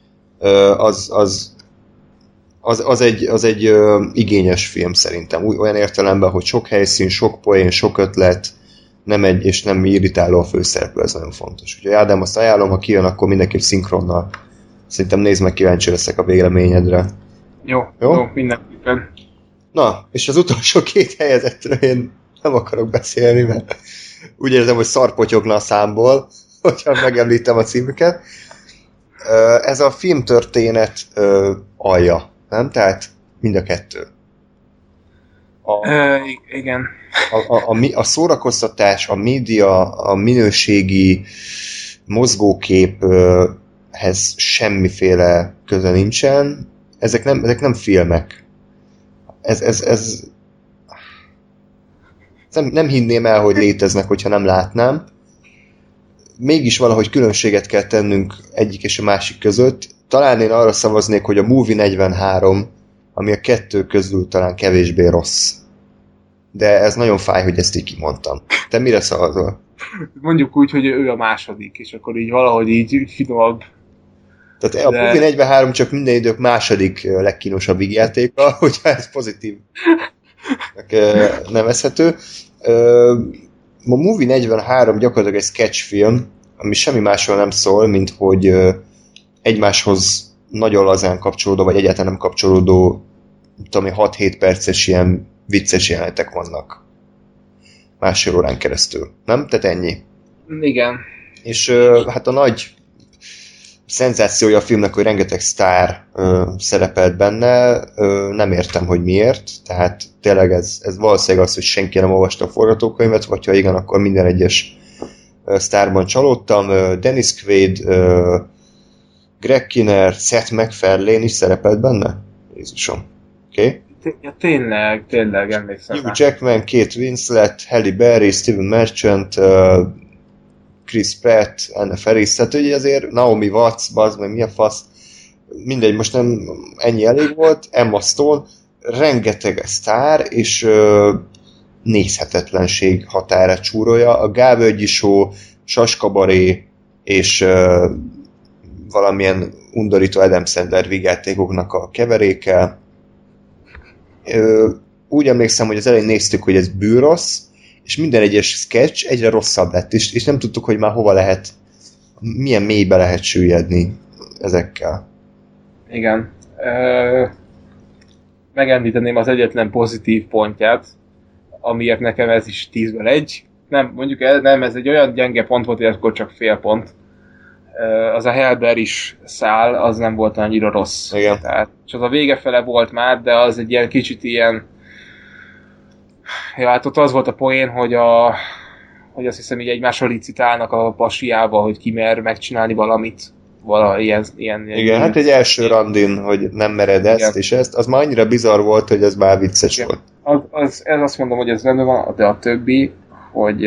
Az egy igényes film szerintem. Olyan értelemben, hogy sok helyszín, sok poén, sok ötlet, és nem irritáló a főszereplő, ez nagyon fontos. Úgyhogy Ádám, azt ajánlom, ha kijön, akkor mindenképp szinkronnal. Szerintem nézd meg, kíváncsi leszek a véleményedre. Jó, mindenképpen. Na, és az utolsó 2 helyezettről én nem akarok beszélni, mert úgy érzem, hogy szarpotyogna a számból, hogyha megemlítem a címüket. Ez a filmtörténet alja, nem? Tehát mind a 2. Igen. A szórakoztatás, a média, a minőségi mozgóképhez semmiféle köze nincsen. Ezek nem filmek. Nem hinném el, hogy léteznek, hogyha nem látnám. Mégis valahogy különbséget kell tennünk egyik és a másik között. Talán én arra szavaznék, hogy a Movie 43, ami a 2 közül talán kevésbé rossz. De ez nagyon fáj, hogy ezt így kimondtam. Te mire szavazol? Mondjuk úgy, hogy ő a második, és akkor így valahogy így finomabb. Tehát a Movie 43 csak minden idők második legkínosabb vígjátéka, hogyha ez pozitív nevezhető. A Movie 43 gyakorlatilag egy sketchfilm, ami semmi másról nem szól, mint hogy egymáshoz nagyon lazán kapcsolódó, vagy egyáltalán nem kapcsolódó, tudom, 6-7 perces ilyen vicces jelenetek vannak. Másfél órán keresztül. Nem? Tehát ennyi. Igen. És hát a nagy szenzációja a filmnek, hogy rengeteg sztár szerepelt benne, nem értem, hogy miért, tehát tényleg ez valószínűleg az, hogy senki nem olvasta a forgatókönyvet, vagy ha igen, akkor minden egyes sztárban csalódtam. Dennis Quaid, Greg Kinnear, Seth MacFarlane is szerepelt benne? Jézusom. Oké? Ja, tényleg emlékszem. Hugh Jackman, Kate Winslet, Halle Berry, Steven Merchant, Chris Pratt, Anna Faris, tehát ugye azért Naomi Watts, bazd meg mi a fasz, mindegy, most nem ennyi elég volt, Emma Stone, rengeteg sztár, és nézhetetlenség határát csúrolja. A Gávölgyi Show, Saskabaré, és valamilyen undorító Adam Sandler vígjátékoknak a keveréke. Úgy emlékszem, hogy az elején néztük, hogy ez bűrossz, és minden egyes sketch egyre rosszabb lett, és nem tudtuk, hogy már hova lehet, milyen mélybe lehet süllyedni ezekkel. Igen. megemlíteném az egyetlen pozitív pontját, amiért nekem ez is 10-ből 1. Nem, mondjuk nem, ez egy olyan gyenge pont volt, hogy akkor csak fél pont. Az a Hellber is szál, az nem volt annyira rossz. Igen. Tehát, és az a vége fele volt már, de az egy ilyen kicsit ilyen... Ja, hát ott az volt a poén, hogy azt hiszem, így egymásra licitálnak a pasiába, hogy ki mer megcsinálni valamit. Ilyen Igen, hát egy első randin, hogy nem mered ezt igen. és ezt, az már annyira bizarr volt, hogy ez már vicces Igen. volt. Ez azt mondom, hogy ez rendben van, de a többi, hogy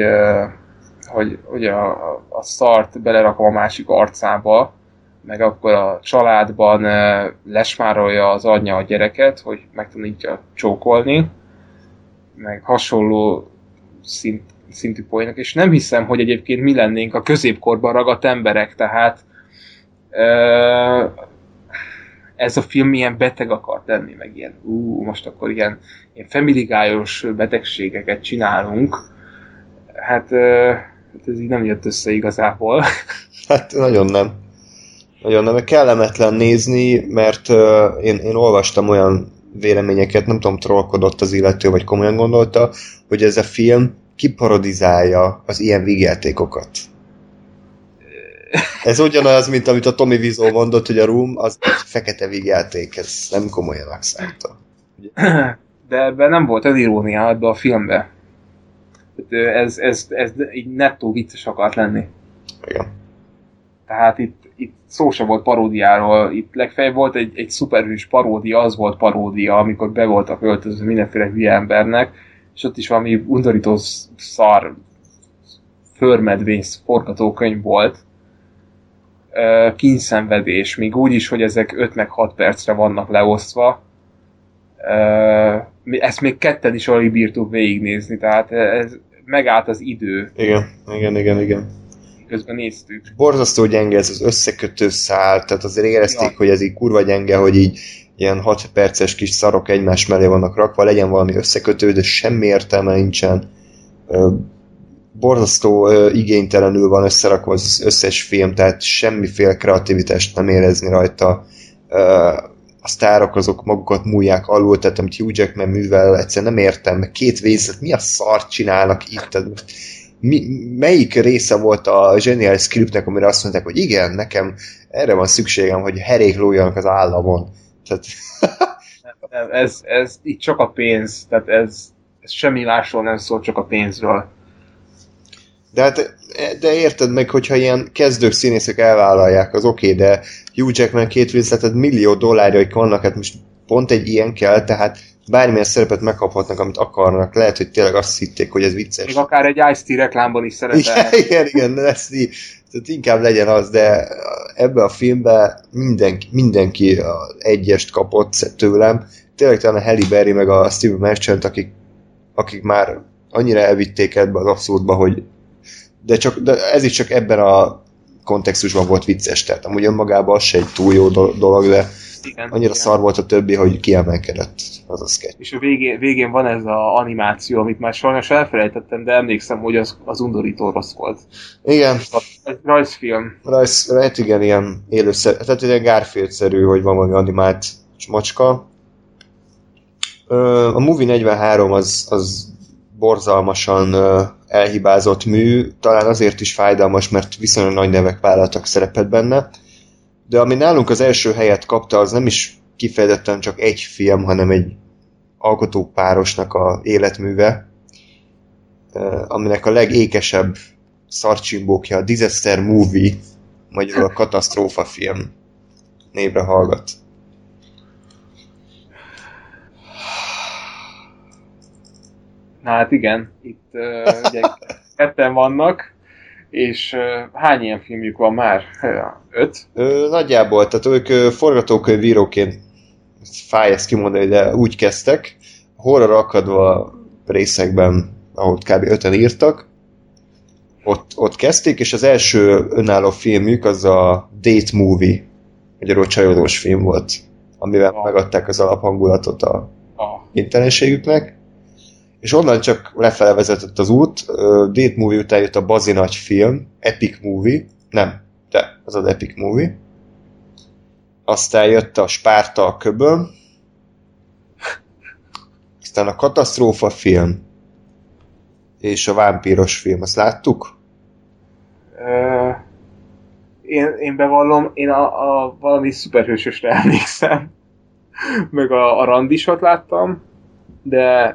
a szart belerakom a másik arcába, meg akkor a családban lesmárolja az anyja a gyereket, hogy megtanítja csókolni, meg hasonló szintű poénok, és nem hiszem, hogy egyébként mi lennénk a középkorban ragadt emberek, tehát ez a film ilyen beteg akart lenni, meg ilyen, most akkor ilyen Family Guy-os betegségeket csinálunk. Hát ez így nem jött össze igazából. Hát nagyon nem. Nagyon nem. Kellemetlen nézni, mert én olvastam olyan véleményeket, nem tudom, trollkodott az illető, vagy komolyan gondolta, hogy ez a film kiparodizálja az ilyen vígjátékokat. Ez ugyanaz, mint amit a Tommy Wiseau mondott, hogy a Room az egy fekete vígjáték, ez nem komolyan akszálta. De ebben nem volt az irónia ebben a filmben. Ez így nettó vicces akart lenni. Igen. Tehát itt szó sem volt paródiáról, itt legfeljebb volt egy szuperhős paródia, az volt paródia, amikor be voltak öltözve mindenféle hülye embernek, és ott is valami undorító szar förmedvény forgatókönyv volt. Kínyszenvedés, még úgy is, hogy ezek 5 meg 6 percre vannak leosztva. Ezt még ketten is alig bírtuk végignézni, tehát ez megállt az idő. Igen. Közben néztük. Borzasztó gyenge ez az összekötő szál, tehát azért érezték, hogy ez így kurva gyenge, hogy így ilyen 6 perces kis szarok egymás mellé vannak rakva, legyen valami összekötő, de semmi értelme nincsen. Borzasztó igénytelenül van összerakva az összes film, tehát semmiféle kreativitást nem érezni rajta. A sztárok azok magukat múlják alul, tehát amit Hugh Jackman művel, egyszerűen nem értem, meg 2 Winslet, mi a szart csinálnak itt? Tehát melyik része volt a zseniális scriptnek, amire azt mondták, hogy igen, nekem erre van szükségem, hogy herék lójanak az államon. Tehát... ez itt csak a pénz, tehát ez semmi másról nem szól, csak a pénzről. De érted meg, hogyha ilyen kezdők színészek elvállalják, az oké, de Hugh Jackman, Kate Winslet, millió dollárjaik vannak, hát most pont egy ilyen kell, tehát bármilyen szerepet megkaphatnak, amit akarnak. Lehet, hogy tényleg azt hitték, hogy ez vicces. Még akár egy Ice-T reklámban is szerepel. Igen, lesz így. Tehát inkább legyen az, de ebben a filmben mindenki egyest kapott tőlem. Tényleg talán a Halle Berry meg a Steve Merchant, akik már annyira elvitték ebbe az abszurdba, hogy de ez is csak ebben a kontextusban volt vicces, tehát amúgy önmagában az se egy túl jó dolog, de annyira szar volt a többi, hogy kiemelkedett az a sketch. És a végén van ez az animáció, amit már sajnos elfelejtettem, de emlékszem, hogy az undorító rossz volt. Igen. Ez rajzfilm. Hát igen, ilyen élőszerű, tehát ilyen Garfield-szerű, hogy van valami animált macska. A Movie 43 az borzalmasan elhibázott mű, talán azért is fájdalmas, mert viszonylag nagy nevek vállaltak szerepet benne, de ami nálunk az első helyet kapta, az nem is kifejezetten csak egy film, hanem egy alkotópárosnak a életműve, aminek a legékesebb szarcsimbókja a Disaster Movie, magyarul a katasztrófa film névre hallgat. Na hát igen, itt ugye ketten vannak, és hány ilyen filmjük van már? 5? Nagyjából, tehát ők forgatókönyvíróként, fáj ezt kimondani, de úgy kezdtek, horror akadva részekben, ahol kb. 5-en írtak, ott kezdték, és az első önálló filmjük az a Date Movie, magyarul csajozós film volt, amivel megadták az alaphangulatot a interneségüknek, és onnan csak lefele vezetett az út. Date Movie után jött a bazi nagy film, Epic Movie, nem, de az az Epic Movie. Aztán jött a Spárta a köbön, Aztán a katasztrófa film és a vámpíros film, azt láttuk? Én bevallom, én a valami szuperhősösre emlékszem, meg a randisot láttam, de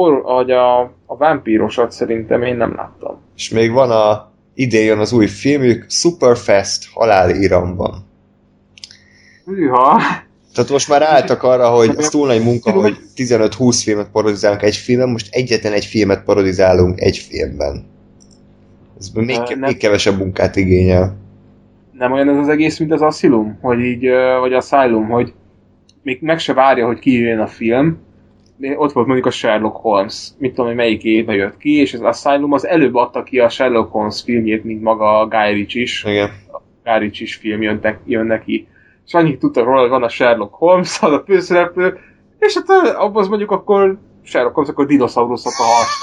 a vámpírosat szerintem én nem láttam. És még van idén jön az új filmjük, Superfast, Halál Iramban. Hűha! Tehát most már álltak arra, hogy az túl nagy munka, hogy 15-20 filmet parodizálunk egy filmben, most egyetlen egy filmet parodizálunk egy filmben. Ez még kevesebb munkát igényel. Nem olyan ez az egész, mint az Asylum? Hogy így, vagy Asylum, hogy még meg se várja, hogy kijöjjön a film. Ott volt mondjuk a Sherlock Holmes, mit tudom, hogy melyik évben jött ki, és az Asylum az előbb adta ki a Sherlock Holmes filmjét, mint maga a Guy Ritchie is. Igen. A Guy Ritchie film jön neki. És annyit tudtak róla, hogy van a Sherlock Holmes, az a főszereplő, és hát abban mondjuk akkor Sherlock Holmes, akkor dinoszauruszok a harcban.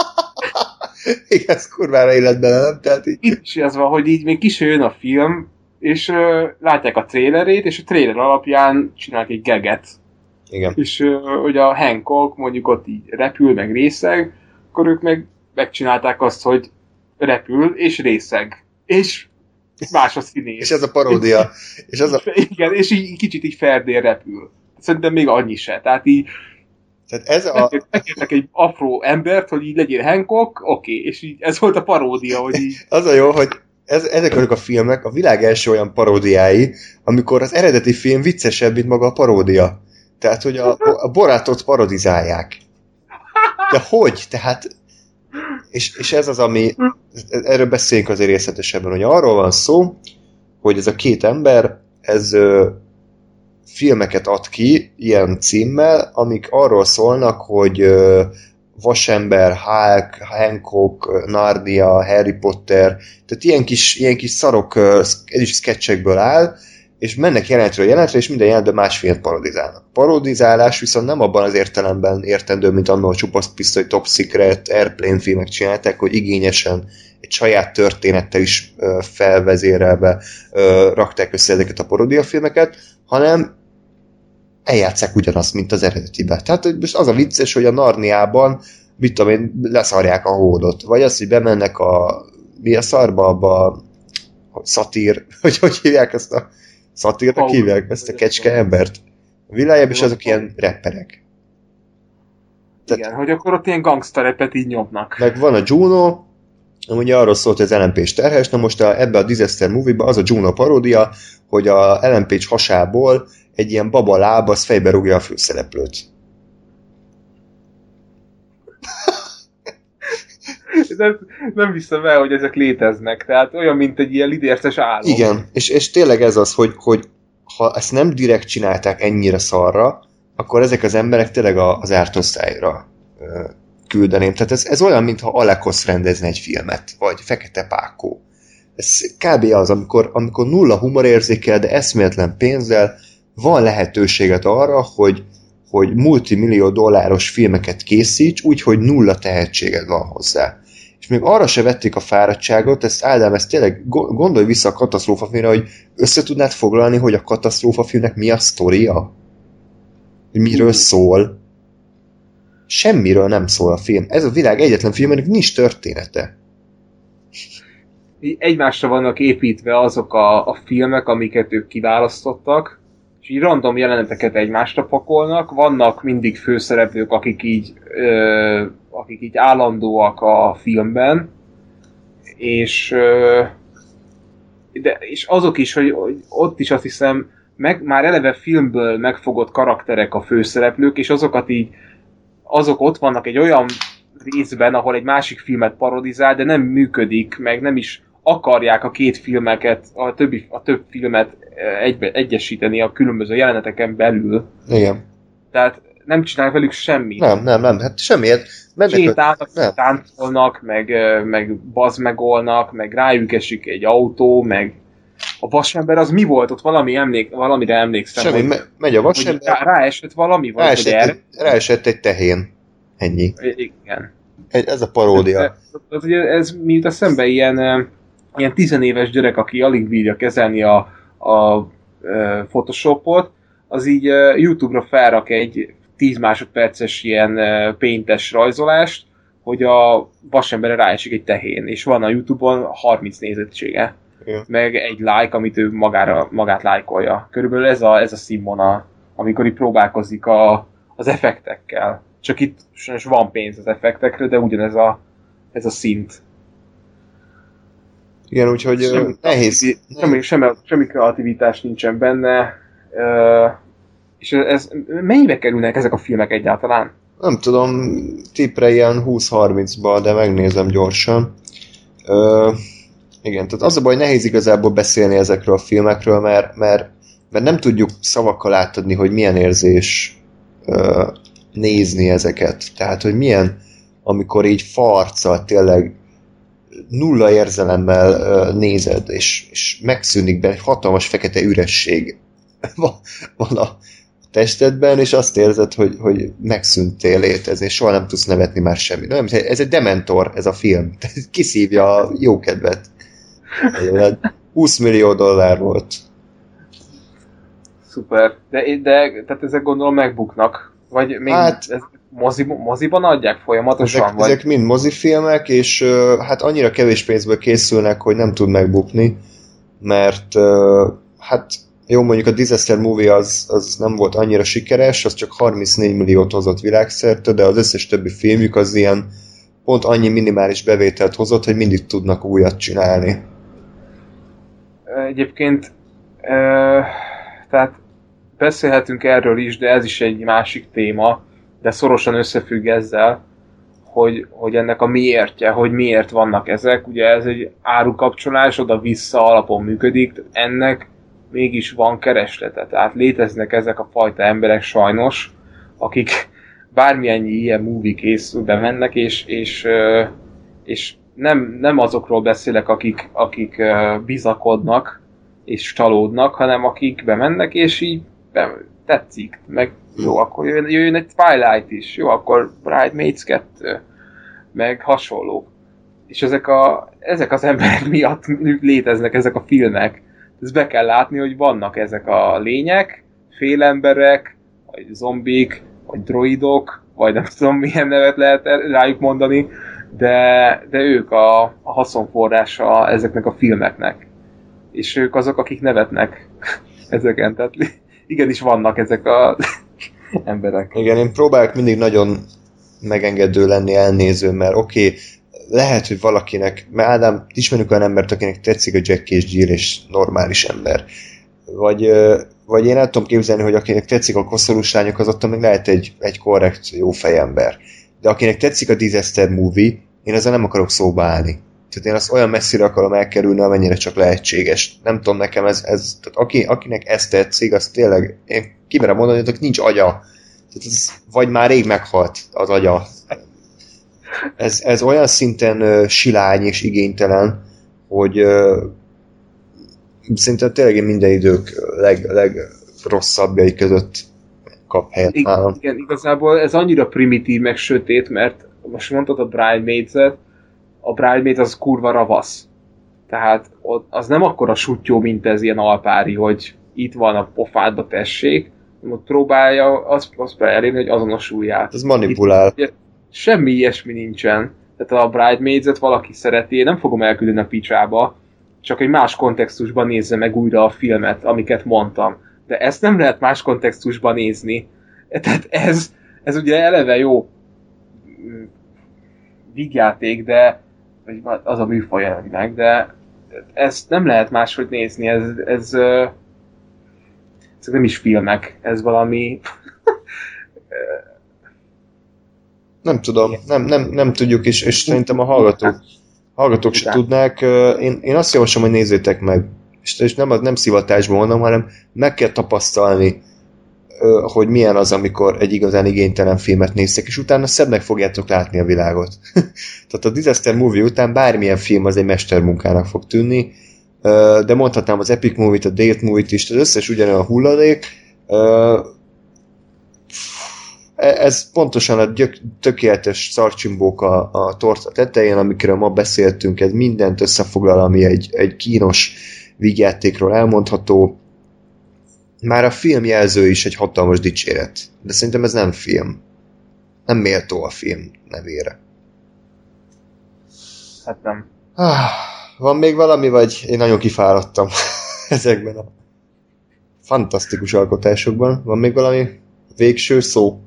Igen, ez kurvára élet bele, nem? Tehát így... Itt is ez van, hogy így még ki se jön a film, és látják a trailerét, és a trailer alapján csinálnak egy geget. Igen. És hogy a Hancock mondjuk ott így repül, meg részeg, akkor ők megcsinálták azt, hogy repül, és részeg. És más a színész. És ez a paródia. Igen, és így kicsit így ferdén repül. Szerintem még annyi se. Tehát így tehát ez megkértek egy apró embert, hogy így legyél Hancock, oké, és így ez volt a paródia, hogy így... Az a jó, hogy ezek azok a filmek a világ első olyan paródiái, amikor az eredeti film viccesebb, mint maga a paródia. Tehát, hogy a Borátot parodizálják. De hogy? Tehát... És ez az, ami... Erről beszéljünk azért részletesebben, hogy arról van szó, hogy ez a két ember, ez filmeket ad ki ilyen címmel, amik arról szólnak, hogy Vasember, Hulk, Hancock, Narnia, Harry Potter, tehát ilyen kis szarok, ez is sketchekből áll, és mennek jelenetről jelentre, és minden jelentben más filmet parodizálnak. Parodizálás viszont nem abban az értelemben értendő, mint annól a Csupasz Pisztoly, Top Secret, Airplane filmek csinálták, hogy igényesen egy saját történettel is felvezérelve rakták össze ezeket a paródiafilmeket, hanem eljátszák ugyanazt, mint az eredetiben. Tehát most az a vicces, hogy a Narniában, mit tudom én, leszarják a hódot. Vagy az, hogy bemennek mi a szarba, abba a szatír, hogy hívják ezt a szatírnak hívják ezt a kecske embert. A világában is azok ilyen rapperek. Igen, hogy akkor ott ilyen gangsterepet így nyomnak. Meg van a Juno, ugye arról szólt, hogy az Ellen Page terhes, na most ebbe a Disaster movie-ba az a Juno paródia, hogy a Ellen Page hasából egy ilyen baba láb, az fejbe rúgja a főszereplőt. Nem hiszem el, hogy ezek léteznek. Tehát olyan, mint egy ilyen lidérces álom. Igen, és tényleg ez az, hogy ha ezt nem direkt csinálták ennyire szarra, akkor ezek az emberek tényleg az árt osztályra küldeném. Tehát ez olyan, mintha Alekosz rendezne egy filmet, vagy Fekete Pákó. Ez kb. Az, amikor nulla humorérzékkel, de eszméletlen pénzzel van lehetőséget arra, hogy multimillió dolláros filmeket készíts, úgyhogy nulla tehetséged van hozzá. És még arra se vették a fáradtságot, Ádám, ezt tényleg gondolj vissza a katasztrófafilmre, hogy össze tudnád foglalni, hogy a katasztrófafilmnek mi a sztoria? Hogy miről szól? Semmiről nem szól a film. Ez a világ egyetlen filmnek nincs története. Egymásra vannak építve azok a filmek, amiket ők kiválasztottak, és így random jeleneteket egymásra pakolnak, vannak mindig főszereplők, akik így állandóak a filmben, és azok is, hogy ott is azt hiszem, már eleve filmből megfogott karakterek a főszereplők, és azok ott vannak egy olyan részben, ahol egy másik filmet parodizál, de nem működik, meg nem is akarják a két filmeket, a több filmet egyesíteni a különböző jeleneteken belül. Igen. Tehát nem csinálnak velük semmit. Nem, hát semmiért. Sétálnak, táncolnak, meg bazmegolnak, meg rájuk esik egy autó, meg a vasember az mi volt? Ott valamire emlékszem. Semmi, megy a vasember. Ráesett valami? Ráesett egy tehén. Ennyi. Igen. Ez a paródia. Ez miután szemben ilyen 10 éves gyerek, aki alig bírja kezelni a Photoshopot, az így YouTube-ra felrak egy 10 másodperces ilyen paintes rajzolást, hogy a vasemberre ráesik egy tehén, és van a YouTube-on 30 nézettsége. Ja. Meg egy like, amit ő magát lájkolja. Körülbelül ez a színvonal, amikor itt próbálkozik az effektekkel. Csak itt sajnos van pénz az effektekre, de ugyanez ez a szint. Igen, úgyhogy nehéz. Semmi kreativitás nincsen benne. És mennyibe kerülnek ezek a filmek egyáltalán? Nem tudom, tippre ilyen 20-30-ba, de megnézem gyorsan. Igen, tehát az a baj, nehéz igazából beszélni ezekről a filmekről, mert nem tudjuk szavakkal átadni, hogy milyen érzés nézni ezeket. Tehát, hogy milyen, amikor így farccal tényleg nulla érzelemmel nézed, és megszűnik benne egy hatalmas fekete üresség van a testedben, és azt érzed, hogy megszűntél létezni, és soha nem tudsz nevetni már semmi. Nem, ez egy dementor, ez a film. Kiszívja a jókedvet. 20 millió dollár volt. Szuper. De tehát ezek gondolom megbuknak. Vagy még moziban adják folyamatosan? Ezek mind mozifilmek, és hát annyira kevés pénzből készülnek, hogy nem tud megbukni, mert hát jó, mondjuk a Disaster Movie az nem volt annyira sikeres, az csak 34 milliót hozott világszerte, de az összes többi filmjük az ilyen pont annyi minimális bevételt hozott, hogy mindig tudnak újat csinálni. Egyébként tehát beszélhetünk erről is, de ez is egy másik téma, de szorosan összefügg ezzel, hogy ennek a miértje, hogy miért vannak ezek. Ugye ez egy árukapcsolás, oda-vissza alapon működik, ennek mégis van kereslete. Tehát léteznek ezek a fajta emberek sajnos, akik bármilyen ilyen movie készül, bemennek, és nem azokról beszélek, akik bizakodnak és csalódnak, hanem akik bemennek, és így tetszik, meg jó, akkor jöjjön egy Twilight is, jó, akkor Bridesmaids 2, meg hasonló. És ezek az emberek miatt léteznek ezek a filmek. Ezt be kell látni, hogy vannak ezek a lények, félemberek, vagy zombik, vagy droidok, vagy nem tudom milyen nevet lehet rájuk mondani, de ők a haszonforrása ezeknek a filmeknek. És ők azok, akik nevetnek ezeken. Tehát igenis vannak ezek az emberek. Igen, én próbálok mindig nagyon megengedő lenni, elnéző, mert oké, lehet, hogy valakinek, mert Ádám, ismerünk olyan embert, akinek tetszik a Jack és Jill, és normális ember. Vagy én el tudom képzelni, hogy akinek tetszik a koszorús lányok, az ott még lehet egy korrekt, jó fejember. De akinek tetszik a Disaster Movie, én ezzel nem akarok szóba állni. Tehát én azt olyan messzire akarom elkerülni, amennyire csak lehetséges. Nem tudom, nekem tehát akinek ez tetszik, az tényleg, én kimerem mondani, hogy nincs agya. Tehát vagy már rég meghalt az agya. Ez olyan szinten silány és igénytelen, hogy szerintem tényleg minden idők legrosszabbjai között kap helyet nálam. Igen, igazából ez annyira primitív, meg sötét, mert most mondtad a Bridesmaids-et, a Bridesmaids az kurva ravasz. Tehát az nem akkora sutyó, mint ez ilyen alpári, hogy itt van a pofádba, tessék, ott próbálja azt elérni, hogy azonosuljál. Ez manipulál. Itt, semmi ilyesmi nincsen. Tehát a Bridesmaids-et valaki szereti, én nem fogom elküldeni a picsába, csak egy más kontextusban nézze meg újra a filmet, amiket mondtam. De ezt nem lehet más kontextusban nézni. Tehát ez ugye eleve jó vígjáték, de az a műfajnak, de ezt nem lehet máshogy nézni, ez nem is filmek, ez valami nem tudom, nem tudjuk, és szerintem a hallgatók se tudnák. Én azt javaslom, hogy nézzétek meg, és nem szivatásban mondom, hanem meg kell tapasztalni, hogy milyen az, amikor egy igazán igénytelen filmet néztek, és utána szebbnek fogjátok látni a világot. Tehát a Disaster Movie után bármilyen film az egy mestermunkának fog tűnni, de mondhatnám az Epic Movie-t, a Date Movie-t is, az összes ugyanolyan hulladék. Ez pontosan a tökéletes szarcsimbók a torta tetején, amikről ma beszéltünk, ez mindent összefoglal, ami egy kínos vígjátékról elmondható. Már a film jelző is egy hatalmas dicséret. De szerintem ez nem film. Nem méltó a film nevére. Hát nem. Van még valami, vagy én nagyon kifáradtam ezekben a fantasztikus alkotásokban? Van még valami végső szó?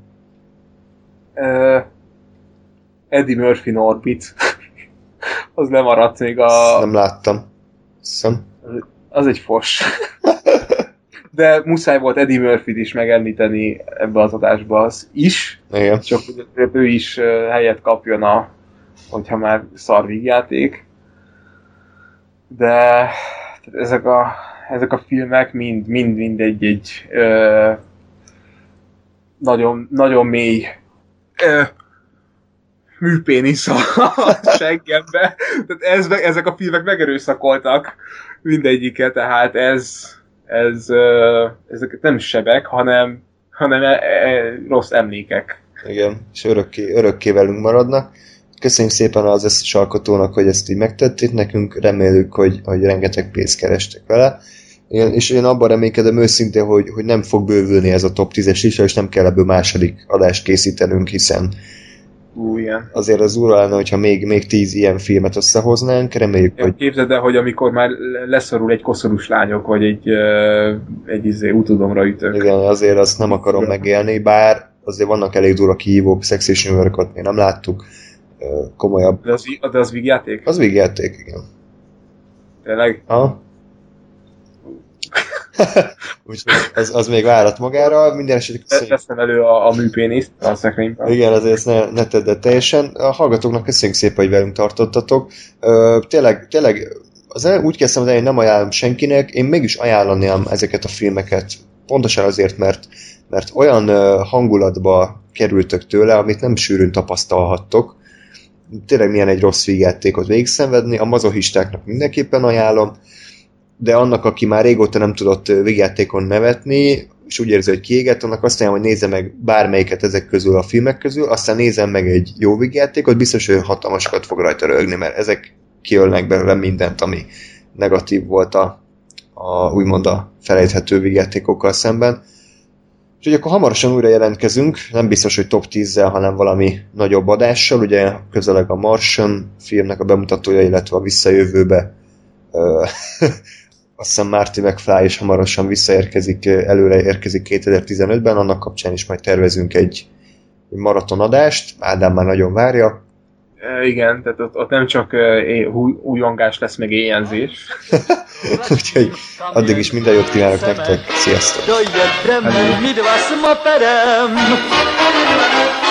Eddie Murphy Norbit. Az lemaradt még a... Ezt nem láttam. Hiszem. Az egy fos. De muszáj volt Eddie Murphy-t is megemlíteni ebbe az adásba az is. Igen. Csak hogy ő is helyet kapjon hogyha már szar vígjáték. De ezek a filmek mind egy nagyon, nagyon mély műpénisz a seggembe. Tehát ezek a filmek megerőszakoltak mindegyiket, tehát ezek nem sebek, hanem rossz emlékek. Igen, és örökké velünk maradnak. Köszönjük szépen az összes alkotónak, hogy ezt így megtették nekünk, reméljük, hogy rengeteg pénzt kerestek vele. És én abban reménykedem őszintén, hogy nem fog bővülni ez a top 10-es lista, és nem kell ebből második adást készítenünk, hiszen Igen. azért az úrra lenne, hogyha még 10 ilyen filmet összehoznánk, reméljük, hogy... Képzeld el, hogy amikor már leszorul egy koszorús lányok, vagy egy utódomra ütök. Igen, azért azt nem akarom megélni, bár azért vannak elég durva kihívók, Sex és New Yorkot még nem láttuk, komolyabb. De az vígjáték? Az vígjáték, igen. Tényleg? Ha? Úgyhogy az még várat magára, minden esetben Veszem elő a műpéniszt a szekrényben. Igen, azért ezt ne tedd el teljesen. A hallgatóknak köszönjük szépen, hogy velünk tartottatok. Tényleg úgy kezdtem az elején, nem ajánlom senkinek, én mégis ajánlanám ezeket a filmeket, pontosan azért, mert olyan hangulatba kerültök tőle, amit nem sűrűn tapasztalhattok. Tényleg milyen egy rossz vígjátékot végigszenvedni, a mazohistáknak mindenképpen ajánlom, de annak, aki már régóta nem tudott vígjátékon nevetni, és úgy érzi, hogy kiégett, annak azt mondjam, hogy nézze meg bármelyiket ezek közül a filmek közül, aztán nézzen meg egy jó vígjátékot, biztos, hogy hatalmasokat fog rajta rögni, mert ezek kiölnek belőle mindent, ami negatív volt úgymond a felejthető vígjátékokkal szemben. Úgyhogy akkor hamarosan újra jelentkezünk, nem biztos, hogy top 10-zel, hanem valami nagyobb adással, ugye közeleg a Martian filmnek a bemutatója, illetve a Visszajövőbe azt hiszem Marty McFly is hamarosan visszaérkezik, előre érkezik 2015-ben, annak kapcsán is majd tervezünk egy maratonadást, Ádám már nagyon várja. Igen, tehát ott nem csak újongás lesz, meg éjjelzés. Úgyhogy addig is minden jót kívánok nektek, sziasztok! Dojedeme my dva s moperem.